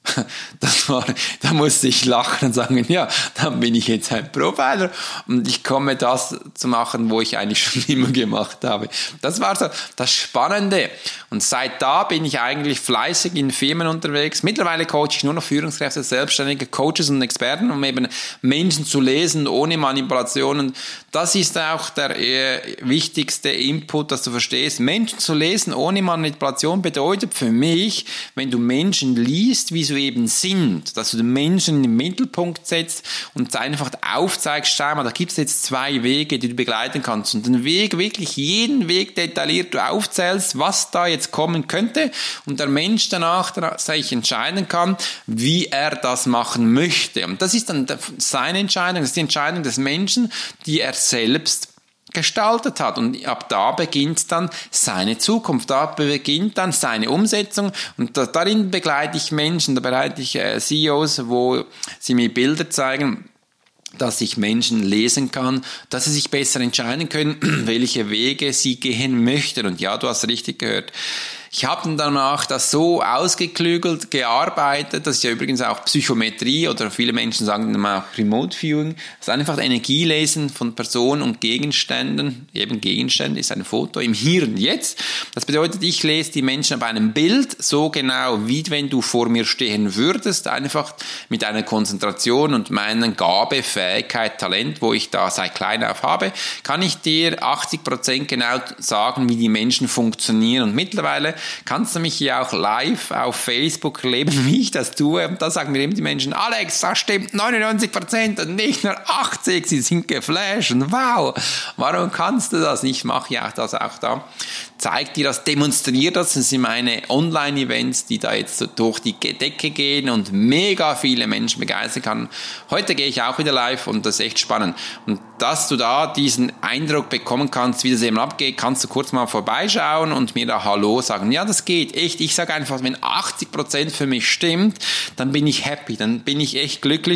Speaker 1: Da musste ich lachen und sagen, ja, dann bin ich jetzt ein Profiler und ich komme das zu machen, wo ich eigentlich schon immer gemacht habe. Das war so das Spannende. Und seit da bin ich eigentlich fleißig in Firmen unterwegs. Mittlerweile coache ich nur noch Führungskräfte, Selbstständige, Coaches und Experten, um eben Menschen zu lesen, ohne Manipulationen. Das ist auch der wichtigste Input, dass du verstehst. Menschen zu lesen ohne Manipulation bedeutet für mich, wenn du Menschen liest, wie sie eben sind, dass du den Menschen in den Mittelpunkt setzt und einfach aufzeigst, schau mal, da gibt es jetzt 2 Wege, die du begleiten kannst und den Weg, wirklich jeden Weg detailliert du aufzählst, was da jetzt kommen könnte und der Mensch danach sich entscheiden kann, wie er das machen möchte. Und das ist dann seine Entscheidung, das ist die Entscheidung des Menschen, die er selbst gestaltet hat. Und ab da beginnt dann seine Zukunft, da beginnt dann seine Umsetzung und darin begleite ich Menschen, da begleite ich CEOs, wo sie mir Bilder zeigen, dass ich Menschen lesen kann, dass sie sich besser entscheiden können, welche Wege sie gehen möchten. Und ja, du hast richtig gehört. Ich habe dann danach das so ausgeklügelt, gearbeitet, das ist ja übrigens auch Psychometrie oder viele Menschen sagen dann auch Remote Viewing, das ist einfach Energielesen von Personen und Gegenständen, eben Gegenstände ist ein Foto im Hier und Jetzt. Das bedeutet, ich lese die Menschen auf einem Bild so genau, wie wenn du vor mir stehen würdest, einfach mit einer Konzentration und meiner Gabe, Fähigkeit, Talent, wo ich da seit klein auf habe, kann ich dir 80% genau sagen, wie die Menschen funktionieren und mittlerweile kannst du mich hier auch live auf Facebook erleben, wie ich das tue. Und da sagen mir eben die Menschen, Alex, das stimmt 99% und nicht nur 80%. Sie sind geflasht und wow, warum kannst du das? Ich mache ja das auch da. Zeig dir das, demonstriere das. Das sind meine Online-Events, die da jetzt durch die Decke gehen und mega viele Menschen begeistern kann. Heute gehe ich auch wieder live und das ist echt spannend. Und dass du da diesen Eindruck bekommen kannst, wie das eben abgeht, kannst du kurz mal vorbeischauen und mir da Hallo sagen. Ja, das geht, echt. Ich sage einfach, wenn 80% für mich stimmt, dann bin ich happy, dann bin ich echt glücklich.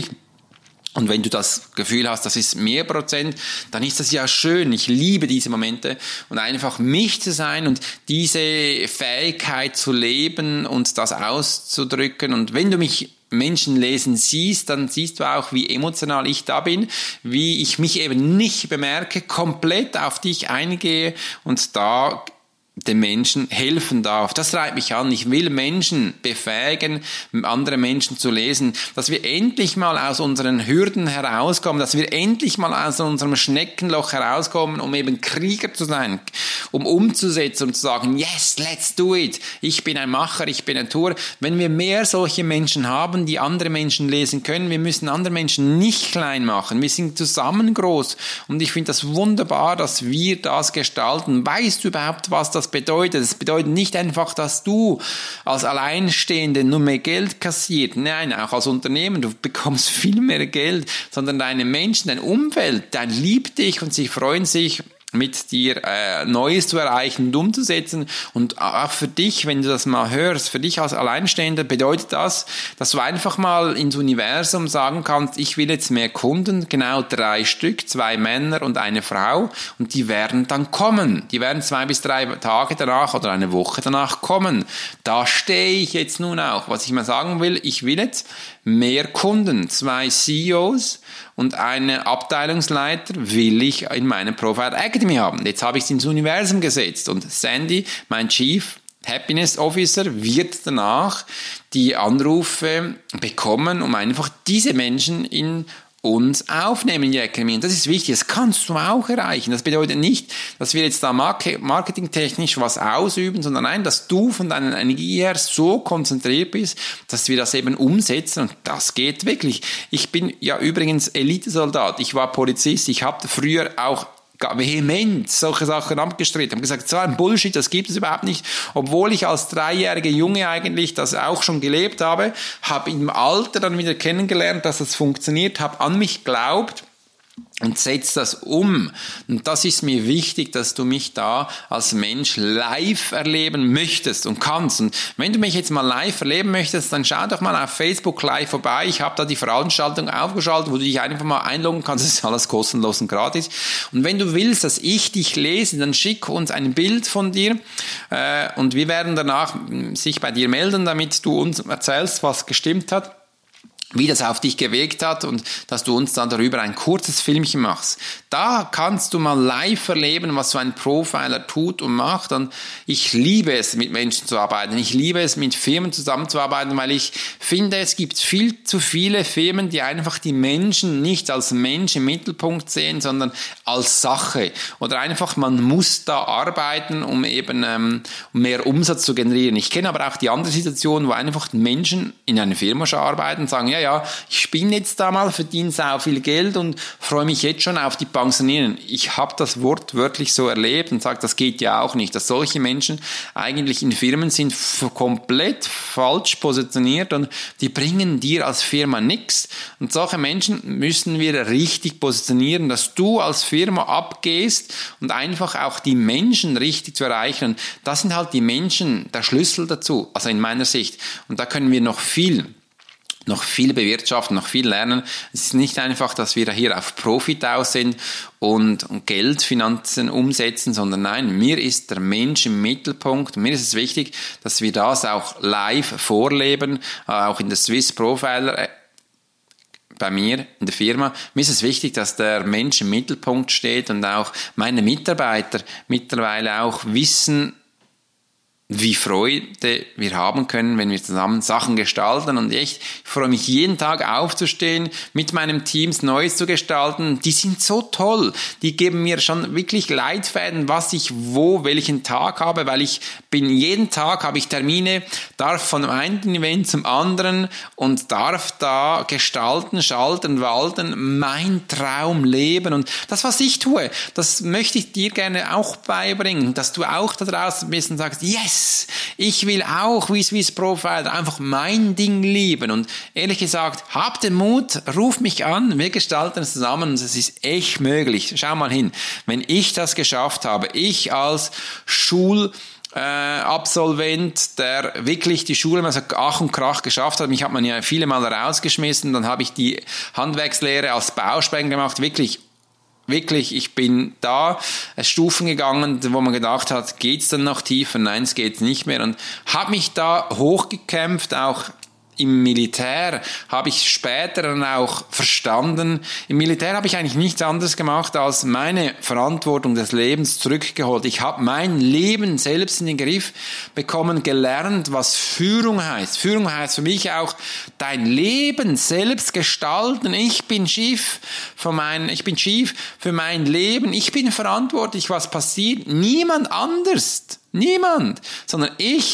Speaker 1: Und wenn du das Gefühl hast, das ist mehr Prozent, dann ist das ja schön. Ich liebe diese Momente und einfach mich zu sein und diese Fähigkeit zu leben und das auszudrücken. Und wenn du mich Menschen lesen siehst, dann siehst du auch, wie emotional ich da bin, wie ich mich eben nicht bemerke, komplett auf dich eingehe und da den Menschen helfen darf. Das treibt mich an. Ich will Menschen befähigen, andere Menschen zu lesen, dass wir endlich mal aus unseren Hürden herauskommen, dass wir endlich mal aus unserem Schneckenloch herauskommen, um eben Krieger zu sein, um umzusetzen und zu sagen, yes, let's do it. Ich bin ein Macher, ich bin ein Tuer. Wenn wir mehr solche Menschen haben, die andere Menschen lesen können, wir müssen andere Menschen nicht klein machen. Wir sind zusammen groß. Und ich finde das wunderbar, dass wir das gestalten. Weißt du überhaupt, was das bedeutet? Es bedeutet nicht einfach, dass du als Alleinstehende nur mehr Geld kassierst. Nein, auch als Unternehmen, du bekommst viel mehr Geld, sondern deine Menschen, dein Umfeld, dein liebt dich und sie freuen sich, mit dir Neues zu erreichen und umzusetzen. Und auch für dich, wenn du das mal hörst, für dich als Alleinstehender bedeutet das, dass du einfach mal ins Universum sagen kannst, ich will jetzt mehr Kunden, genau 3 Stück, 2 Männer und eine Frau, und die werden dann kommen. Die werden 2 bis 3 Tage danach oder eine Woche danach kommen. Da stehe ich jetzt nun auch. Was ich mal sagen will, ich will jetzt mehr Kunden, 2 CEOs und einen Abteilungsleiter will ich in meiner Profile Academy haben. Jetzt habe ich es ins Universum gesetzt und Sandy, mein Chief Happiness Officer, wird danach die Anrufe bekommen, um einfach diese Menschen in uns aufnehmen in die Academy. Und das ist wichtig, das kannst du auch erreichen. Das bedeutet nicht, dass wir jetzt da marketingtechnisch was ausüben, sondern nein, dass du von deiner Energie her so konzentriert bist, dass wir das eben umsetzen, und das geht wirklich. Ich bin ja übrigens Elitesoldat, ich war Polizist, ich habe früher auch vehement solche Sachen abgestritten. Ich habe gesagt, so ein Bullshit, das gibt es überhaupt nicht. Obwohl ich als 3-jähriger Junge eigentlich das auch schon gelebt habe, habe im Alter dann wieder kennengelernt, dass das funktioniert, habe an mich geglaubt und setz das um. Und das ist mir wichtig, dass du mich da als Mensch live erleben möchtest und kannst. Und wenn du mich jetzt mal live erleben möchtest, dann schau doch mal auf Facebook live vorbei. Ich habe da die Veranstaltung aufgeschaltet, wo du dich einfach mal einloggen kannst. Das ist alles kostenlos und gratis. Und wenn du willst, dass ich dich lese, dann schick uns ein Bild von dir und wir werden danach sich bei dir melden, damit du uns erzählst, was gestimmt hat, wie das auf dich gewirkt hat, und dass du uns dann darüber ein kurzes Filmchen machst. Da kannst du mal live erleben, was so ein Profiler tut und macht. Und ich liebe es, mit Menschen zu arbeiten. Ich liebe es, mit Firmen zusammenzuarbeiten, weil ich finde, es gibt viel zu viele Firmen, die einfach die Menschen nicht als Mensch im Mittelpunkt sehen, sondern als Sache. Oder einfach, man muss da arbeiten, um eben mehr Umsatz zu generieren. Ich kenne aber auch die andere Situation, wo einfach Menschen in einer Firma schon arbeiten und sagen, ja, ich spinne jetzt da mal, verdiene sau viel Geld und freue mich jetzt schon auf die Pensionierung. Ich habe das wortwörtlich so erlebt und sage, das geht ja auch nicht, dass solche Menschen eigentlich in Firmen sind komplett falsch positioniert und die bringen dir als Firma nichts. Und solche Menschen müssen wir richtig positionieren, dass du als Firma abgehst und einfach auch die Menschen richtig zu erreichen. Und das sind halt die Menschen der Schlüssel dazu, also in meiner Sicht. Und da können wir noch viel bewirtschaften, noch viel lernen. Es ist nicht einfach, dass wir hier auf Profit aus sind und Geld, Finanzen umsetzen, sondern nein, mir ist der Mensch im Mittelpunkt. Mir ist es wichtig, dass wir das auch live vorleben, auch in der Swiss Profiler bei mir in der Firma. Mir ist es wichtig, dass der Mensch im Mittelpunkt steht und auch meine Mitarbeiter mittlerweile auch wissen, wie Freude wir haben können, wenn wir zusammen Sachen gestalten. Und ich freue mich jeden Tag aufzustehen, mit meinem Teams Neues zu gestalten. Die sind so toll. Die geben mir schon wirklich Leitfäden, was ich welchen Tag habe, weil jeden Tag habe ich Termine, darf von dem einen Event zum anderen und darf da gestalten, schalten, walten, mein Traum leben. Und das, was ich tue, das möchte ich dir gerne auch beibringen, dass du auch da draußen bist und sagst, yes, ich will auch wie Swiss Profiler einfach mein Ding lieben. Und ehrlich gesagt, hab den Mut, ruf mich an, wir gestalten es zusammen und es ist echt möglich. Schau mal hin, wenn ich das geschafft habe, ich als Absolvent, der wirklich die Schule mal so Ach und Krach geschafft hat. Mich hat man ja viele Mal rausgeschmissen. Dann habe ich die Handwerkslehre als Bausprenger gemacht. Wirklich, ich bin da Stufen gegangen, wo man gedacht hat, geht's dann noch tiefer? Nein, es geht nicht mehr. Und habe mich da hochgekämpft, auch im Militär habe ich später dann auch verstanden, im Militär habe ich eigentlich nichts anderes gemacht, als meine Verantwortung des Lebens zurückgeholt. Ich habe mein Leben selbst in den Griff bekommen, gelernt, was Führung heißt. Führung heißt für mich auch, dein Leben selbst gestalten. Ich bin Chief für mein Leben. Ich bin verantwortlich, was passiert. Niemand anders. Niemand. Sondern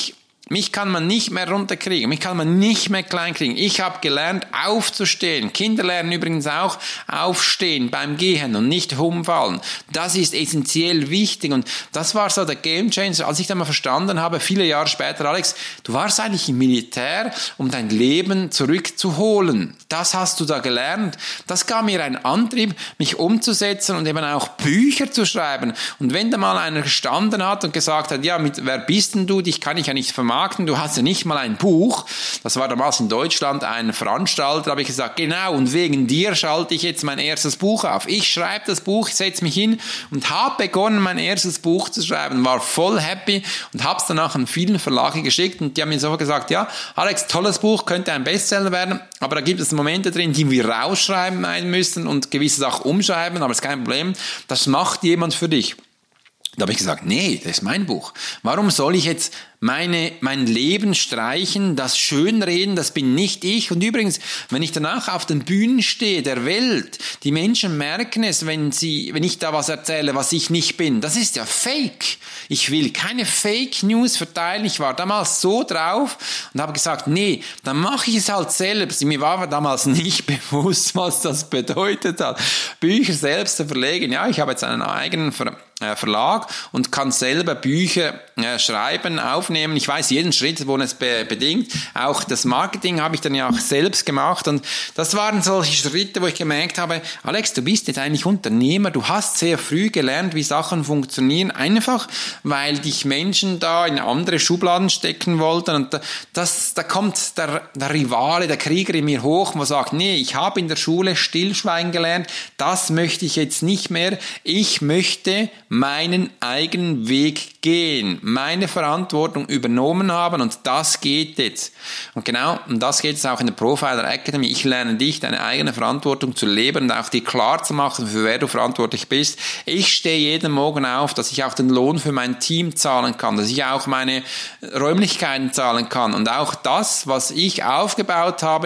Speaker 1: mich kann man nicht mehr runterkriegen, mich kann man nicht mehr kleinkriegen. Ich habe gelernt, aufzustehen. Kinder lernen übrigens auch aufstehen beim Gehen und nicht umfallen. Das ist essentiell wichtig und das war so der Gamechanger, als ich dann mal verstanden habe, viele Jahre später, Alex, du warst eigentlich im Militär, um dein Leben zurückzuholen. Das hast du da gelernt. Das gab mir einen Antrieb, mich umzusetzen und eben auch Bücher zu schreiben. Und wenn da mal einer gestanden hat und gesagt hat, ja, wer bist denn du? Dich kann ich ja nicht vermarkten. Du hast ja nicht mal ein Buch. Das war damals in Deutschland ein Veranstalter. Da habe ich gesagt, genau, und wegen dir schalte ich jetzt mein erstes Buch auf. Ich schreibe das Buch, ich setze mich hin und habe begonnen, mein erstes Buch zu schreiben. War voll happy und habe es danach an vielen Verlage geschickt und die haben mir sofort gesagt, ja, Alex, tolles Buch, könnte ein Bestseller werden, aber da gibt es Momente drin, die wir rausschreiben müssen und gewisse Sachen umschreiben, aber ist kein Problem. Das macht jemand für dich. Da habe ich gesagt, nee, das ist mein Buch. Warum soll ich jetzt mein Leben streichen, das Schönreden, das bin nicht ich. Und übrigens, wenn ich danach auf den Bühnen stehe, der Welt, die Menschen merken es, wenn ich da was erzähle, was ich nicht bin. Das ist ja Fake. Ich will keine Fake News verteilen. Ich war damals so drauf und habe gesagt, nee, dann mache ich es halt selbst. Mir war damals nicht bewusst, was das bedeutet hat, Bücher selbst zu verlegen. Ja, ich habe jetzt einen eigenen Verlag und kann selber Bücher schreiben, aufnehmen. Ich weiß jeden Schritt, wo es bedingt. Auch das Marketing habe ich dann ja auch selbst gemacht und das waren solche Schritte, wo ich gemerkt habe, Alex, du bist jetzt eigentlich Unternehmer, du hast sehr früh gelernt, wie Sachen funktionieren, einfach weil dich Menschen da in andere Schubladen stecken wollten und da kommt der Rivale, der Krieger in mir hoch, wo sagt, nee, ich habe in der Schule Stillschweigen gelernt, das möchte ich jetzt nicht mehr, ich möchte meinen eigenen Weg gehen, meine Verantwortung übernommen haben und das geht jetzt. Und genau, um das geht es auch in der Profiler Academy. Ich lerne dich, deine eigene Verantwortung zu leben und auch dir klar zu machen, für wer du verantwortlich bist. Ich stehe jeden Morgen auf, dass ich auch den Lohn für mein Team zahlen kann, dass ich auch meine Räumlichkeiten zahlen kann und auch das, was ich aufgebaut habe,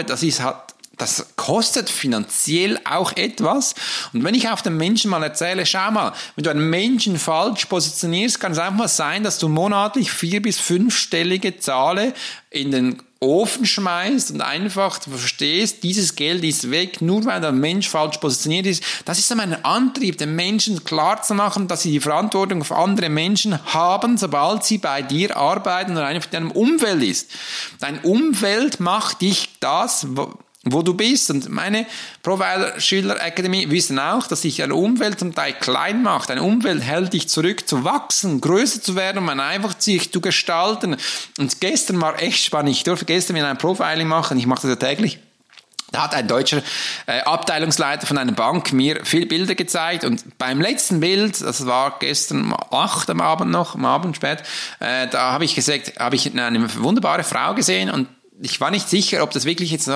Speaker 1: das kostet finanziell auch etwas. Und wenn ich auf den Menschen mal erzähle, schau mal, wenn du einen Menschen falsch positionierst, kann es einfach mal sein, dass du monatlich 4- bis 5-stellige Zahle in den Ofen schmeißt und einfach du verstehst, dieses Geld ist weg, nur weil der Mensch falsch positioniert ist. Das ist dann mein Antrieb, den Menschen klar zu machen, dass sie die Verantwortung für andere Menschen haben, sobald sie bei dir arbeiten oder einfach in deinem Umfeld ist. Dein Umfeld macht dich das, wo du bist. Und meine Profiler Schüler Academy wissen auch, dass sich eine Umwelt zum Teil klein macht. Eine Umwelt hält dich zurück zu wachsen, größer zu werden, um einfach sich zu gestalten. Und gestern war echt spannend. Ich durfte gestern wieder ein Profiling machen. Ich mache das ja täglich. Da hat ein deutscher Abteilungsleiter von einer Bank mir viele Bilder gezeigt und beim letzten Bild, das war gestern 8 am Abend noch, am Abend spät, da habe ich gesagt, habe ich eine wunderbare Frau gesehen und ich war nicht sicher, ob das wirklich jetzt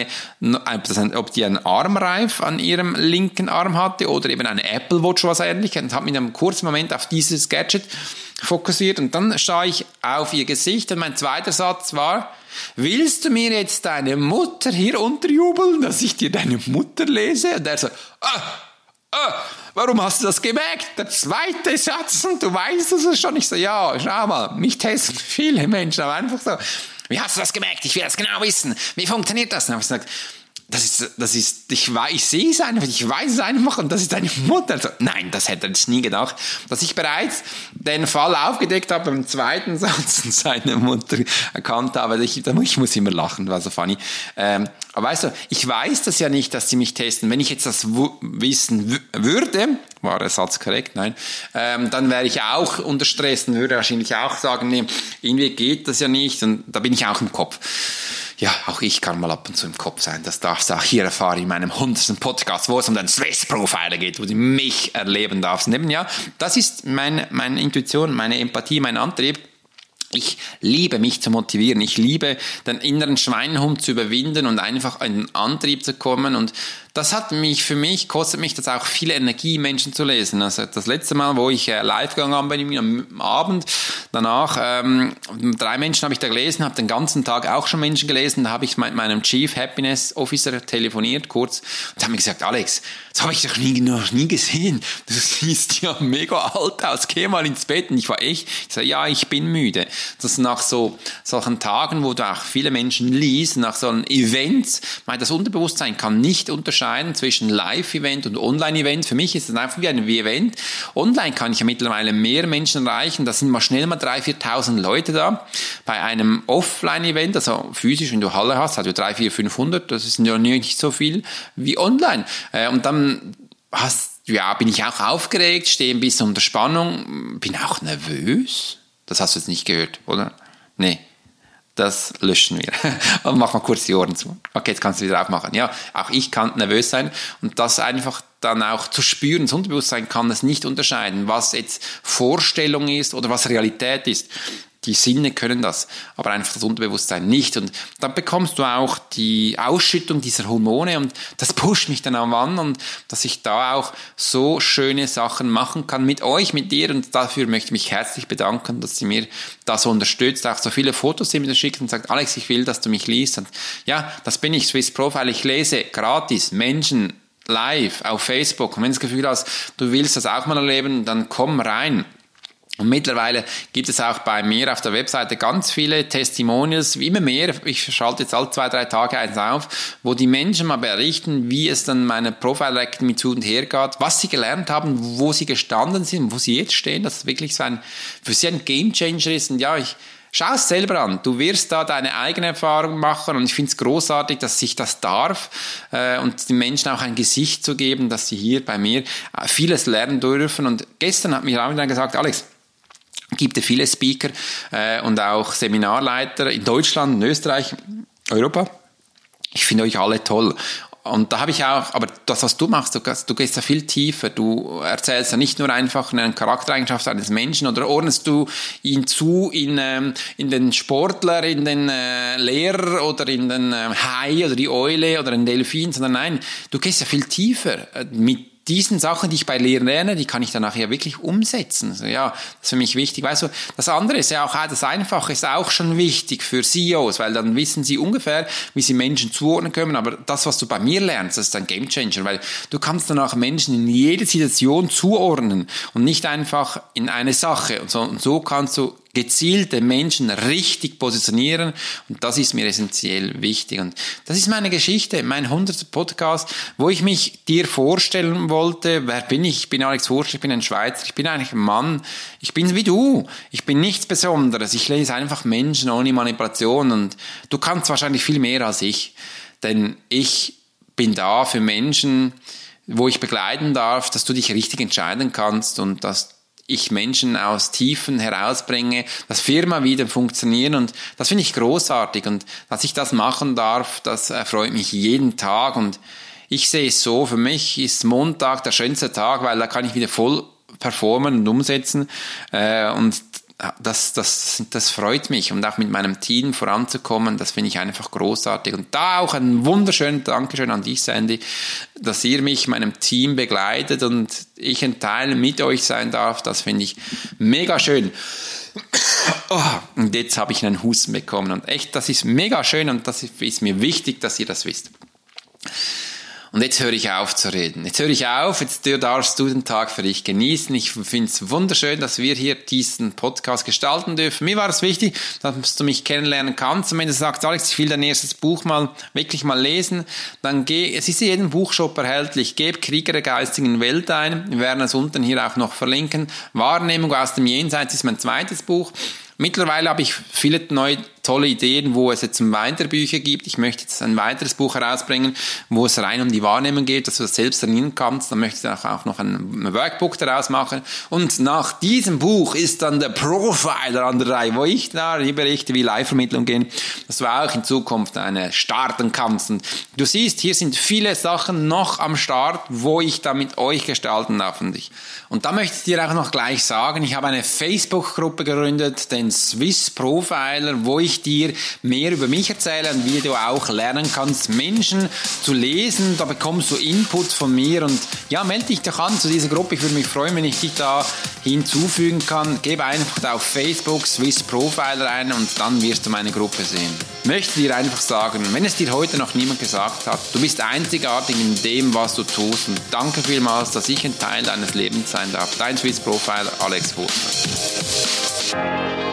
Speaker 1: ob die einen Armreif an ihrem linken Arm hatte oder eben eine Apple Watch, was ähnliches, und habe mich in einem kurzen Moment auf dieses Gadget fokussiert und dann schaue ich auf ihr Gesicht und mein zweiter Satz war, willst du mir jetzt deine Mutter hier unterjubeln, dass ich dir deine Mutter lese? Und er so, warum hast du das gemerkt? Der zweite Satz, und du weißt es schon. Ich so, ja, schau mal, mich testen viele Menschen, aber einfach so, wie hast du das gemerkt? Ich will das genau wissen. Wie funktioniert das? Und dann habe ich gesagt, ich sehe es einfach, ich weiß es einfach und das ist deine Mutter. Also, nein, das hätte er jetzt nie gedacht. Dass ich bereits den Fall aufgedeckt habe beim zweiten Satz und seine Mutter erkannt habe, ich muss immer lachen, war so funny. Aber weißt du, ich weiß das ja nicht, dass sie mich testen. Wenn ich jetzt das wissen würde, war der Satz korrekt? Nein. Dann wäre ich auch unter Stress und würde wahrscheinlich auch sagen, nee, irgendwie geht das ja nicht und da bin ich auch im Kopf. Ja, auch ich kann mal ab und zu im Kopf sein. Das darfst du auch hier erfahren in meinem 100. Podcast, wo es um den Swiss Profiler geht, wo du mich erleben darfst. Und eben, ja, das ist meine Intuition, meine Empathie, mein Antrieb. Ich liebe mich zu motivieren. Ich liebe den inneren Schweinehund zu überwinden und einfach in den Antrieb zu kommen. Und das kostet mich das auch viel Energie, Menschen zu lesen. Also das letzte Mal, wo ich live gegangen bin am Abend, danach 3 Menschen habe ich da gelesen, habe den ganzen Tag auch schon Menschen gelesen. Da habe ich mit meinem Chief Happiness Officer telefoniert kurz und habe mir gesagt, Alex, das habe ich doch noch nie gesehen. Du siehst ja mega alt aus. Geh mal ins Bett. Und ich sage, ja, ich bin müde. Das ist nach solchen Tagen, wo du auch viele Menschen liest, nach solchen Events, das Unterbewusstsein kann nicht unterscheiden zwischen Live-Event und Online-Event. Für mich ist es einfach wie ein Event. Online kann ich ja mittlerweile mehr Menschen erreichen. Da sind mal schnell mal 3.000, 4.000 Leute da. Bei einem Offline-Event, also physisch, wenn du Halle hast, hat du 300, 400, 500. Das ist ja nicht so viel wie online. Und dann bin ich auch aufgeregt, stehe ein bisschen unter Spannung, bin auch nervös. Das hast du jetzt nicht gehört, oder? Nee. Das löschen wir. Und mach mal kurz die Ohren zu. Okay, jetzt kannst du wieder aufmachen. Ja, auch ich kann nervös sein und das einfach dann auch zu spüren. Das Unterbewusstsein kann es nicht unterscheiden, was jetzt Vorstellung ist oder was Realität ist. Die Sinne können das, aber einfach das Unterbewusstsein nicht. Und dann bekommst du auch die Ausschüttung dieser Hormone und das pusht mich dann an, und dass ich da auch so schöne Sachen machen kann mit euch, mit dir, und dafür möchte ich mich herzlich bedanken, dass sie mir da so unterstützt, auch so viele Fotos sie mir schickt und sagt, Alex, ich will, dass du mich liest. Und ja, das bin ich, Swiss Profile. Ich lese gratis Menschen live auf Facebook. Und wenn du das Gefühl hast, du willst das auch mal erleben, dann komm rein. Und mittlerweile gibt es auch bei mir auf der Webseite ganz viele Testimonials, immer mehr. Ich schalte jetzt alle 2, 3 Tage eins auf, wo die Menschen mal berichten, wie es dann meiner Profile Academy zu und her geht, was sie gelernt haben, wo sie gestanden sind, wo sie jetzt stehen, dass es wirklich für sie ein Gamechanger ist. Und ja, schau es selber an. Du wirst da deine eigene Erfahrung machen und ich finde es großartig, dass ich das darf und den Menschen auch ein Gesicht zu geben, dass sie hier bei mir vieles lernen dürfen. Und gestern hat mir auch wieder gesagt, Alex, gibt es viele Speaker und auch Seminarleiter in Deutschland, in Österreich, Europa. Ich finde euch alle toll. Und da habe ich auch, aber das, was du machst, du gehst ja viel tiefer. Du erzählst ja nicht nur einfach eine Charaktereigenschaft eines Menschen oder ordnest du ihn zu in den Sportler, in den Lehrer oder in den Hai oder die Eule oder den Delfin, sondern nein, du gehst ja viel tiefer mit diesen Sachen, die ich bei Lehren lerne, die kann ich dann nachher wirklich umsetzen. Also ja, das ist für mich wichtig. Weißt du, das andere ist ja auch, das Einfache ist auch schon wichtig für CEOs, weil dann wissen sie ungefähr, wie sie Menschen zuordnen können. Aber das, was du bei mir lernst, das ist ein Gamechanger, weil du kannst danach Menschen in jede Situation zuordnen und nicht einfach in eine Sache. Und so kannst du gezielte Menschen richtig positionieren, und das ist mir essentiell wichtig. Und das ist meine Geschichte, mein 100. Podcast, wo ich mich dir vorstellen wollte. Wer bin ich? Ich bin Alex Wurschel, ich bin ein Schweizer, ich bin eigentlich ein Mann, ich bin wie du, ich bin nichts Besonderes, ich lese einfach Menschen ohne Manipulation, und du kannst wahrscheinlich viel mehr als ich, denn ich bin da für Menschen, wo ich begleiten darf, dass du dich richtig entscheiden kannst und dass ich Menschen aus Tiefen herausbringe, dass Firmen wieder funktionieren, und das finde ich großartig, und dass ich das machen darf, das erfreut mich jeden Tag. Und ich sehe es so, für mich ist Montag der schönste Tag, weil da kann ich wieder voll performen und umsetzen, und das freut mich, und auch mit meinem Team voranzukommen, das finde ich einfach großartig. Und da auch ein wunderschönes Dankeschön an dich, Sandy, dass ihr mich, meinem Team begleitet und ich ein Teil mit euch sein darf. Das finde ich mega schön. Oh, und jetzt habe ich einen Husten bekommen, und echt, das ist mega schön, und das ist mir wichtig, dass ihr das wisst. Und jetzt höre ich auf zu reden. Jetzt höre ich auf, jetzt darfst du den Tag für dich genießen. Ich finde es wunderschön, dass wir hier diesen Podcast gestalten dürfen. Mir war es wichtig, dass du mich kennenlernen kannst. Und wenn du sagst, Alex, ich will dein erstes Buch wirklich mal lesen, dann es ist in jedem Buchshop erhältlich. Gib Krieger der geistigen Welt ein. Wir werden es unten hier auch noch verlinken. Wahrnehmung aus dem Jenseits ist mein zweites Buch. Mittlerweile habe ich viele neue tolle Ideen, wo es jetzt weitere Bücher gibt. Ich möchte jetzt ein weiteres Buch herausbringen, wo es rein um die Wahrnehmung geht, dass du das selbst trainieren kannst. Dann möchte ich auch noch ein Workbook daraus machen. Und nach diesem Buch ist dann der Profiler an der Reihe, wo ich hier berichte, wie Live-Vermittlung gehen, dass du auch in Zukunft eine starten kannst. Und du siehst, hier sind viele Sachen noch am Start, wo ich da mit euch gestalten darf. Und da möchte ich dir auch noch gleich sagen, ich habe eine Facebook-Gruppe gegründet, den Swiss Profiler, wo ich dir mehr über mich erzähle und wie du auch lernen kannst, Menschen zu lesen. Da bekommst du Input von mir und ja, melde dich doch an zu dieser Gruppe. Ich würde mich freuen, wenn ich dich da hinzufügen kann. Gebe einfach auf Facebook Swiss Profiler ein und dann wirst du meine Gruppe sehen. Ich möchte dir einfach sagen, wenn es dir heute noch niemand gesagt hat, du bist einzigartig in dem, was du tust und danke vielmals, dass ich ein Teil deines Lebens sein darf. Dein Swiss Profiler, Alex Hurter.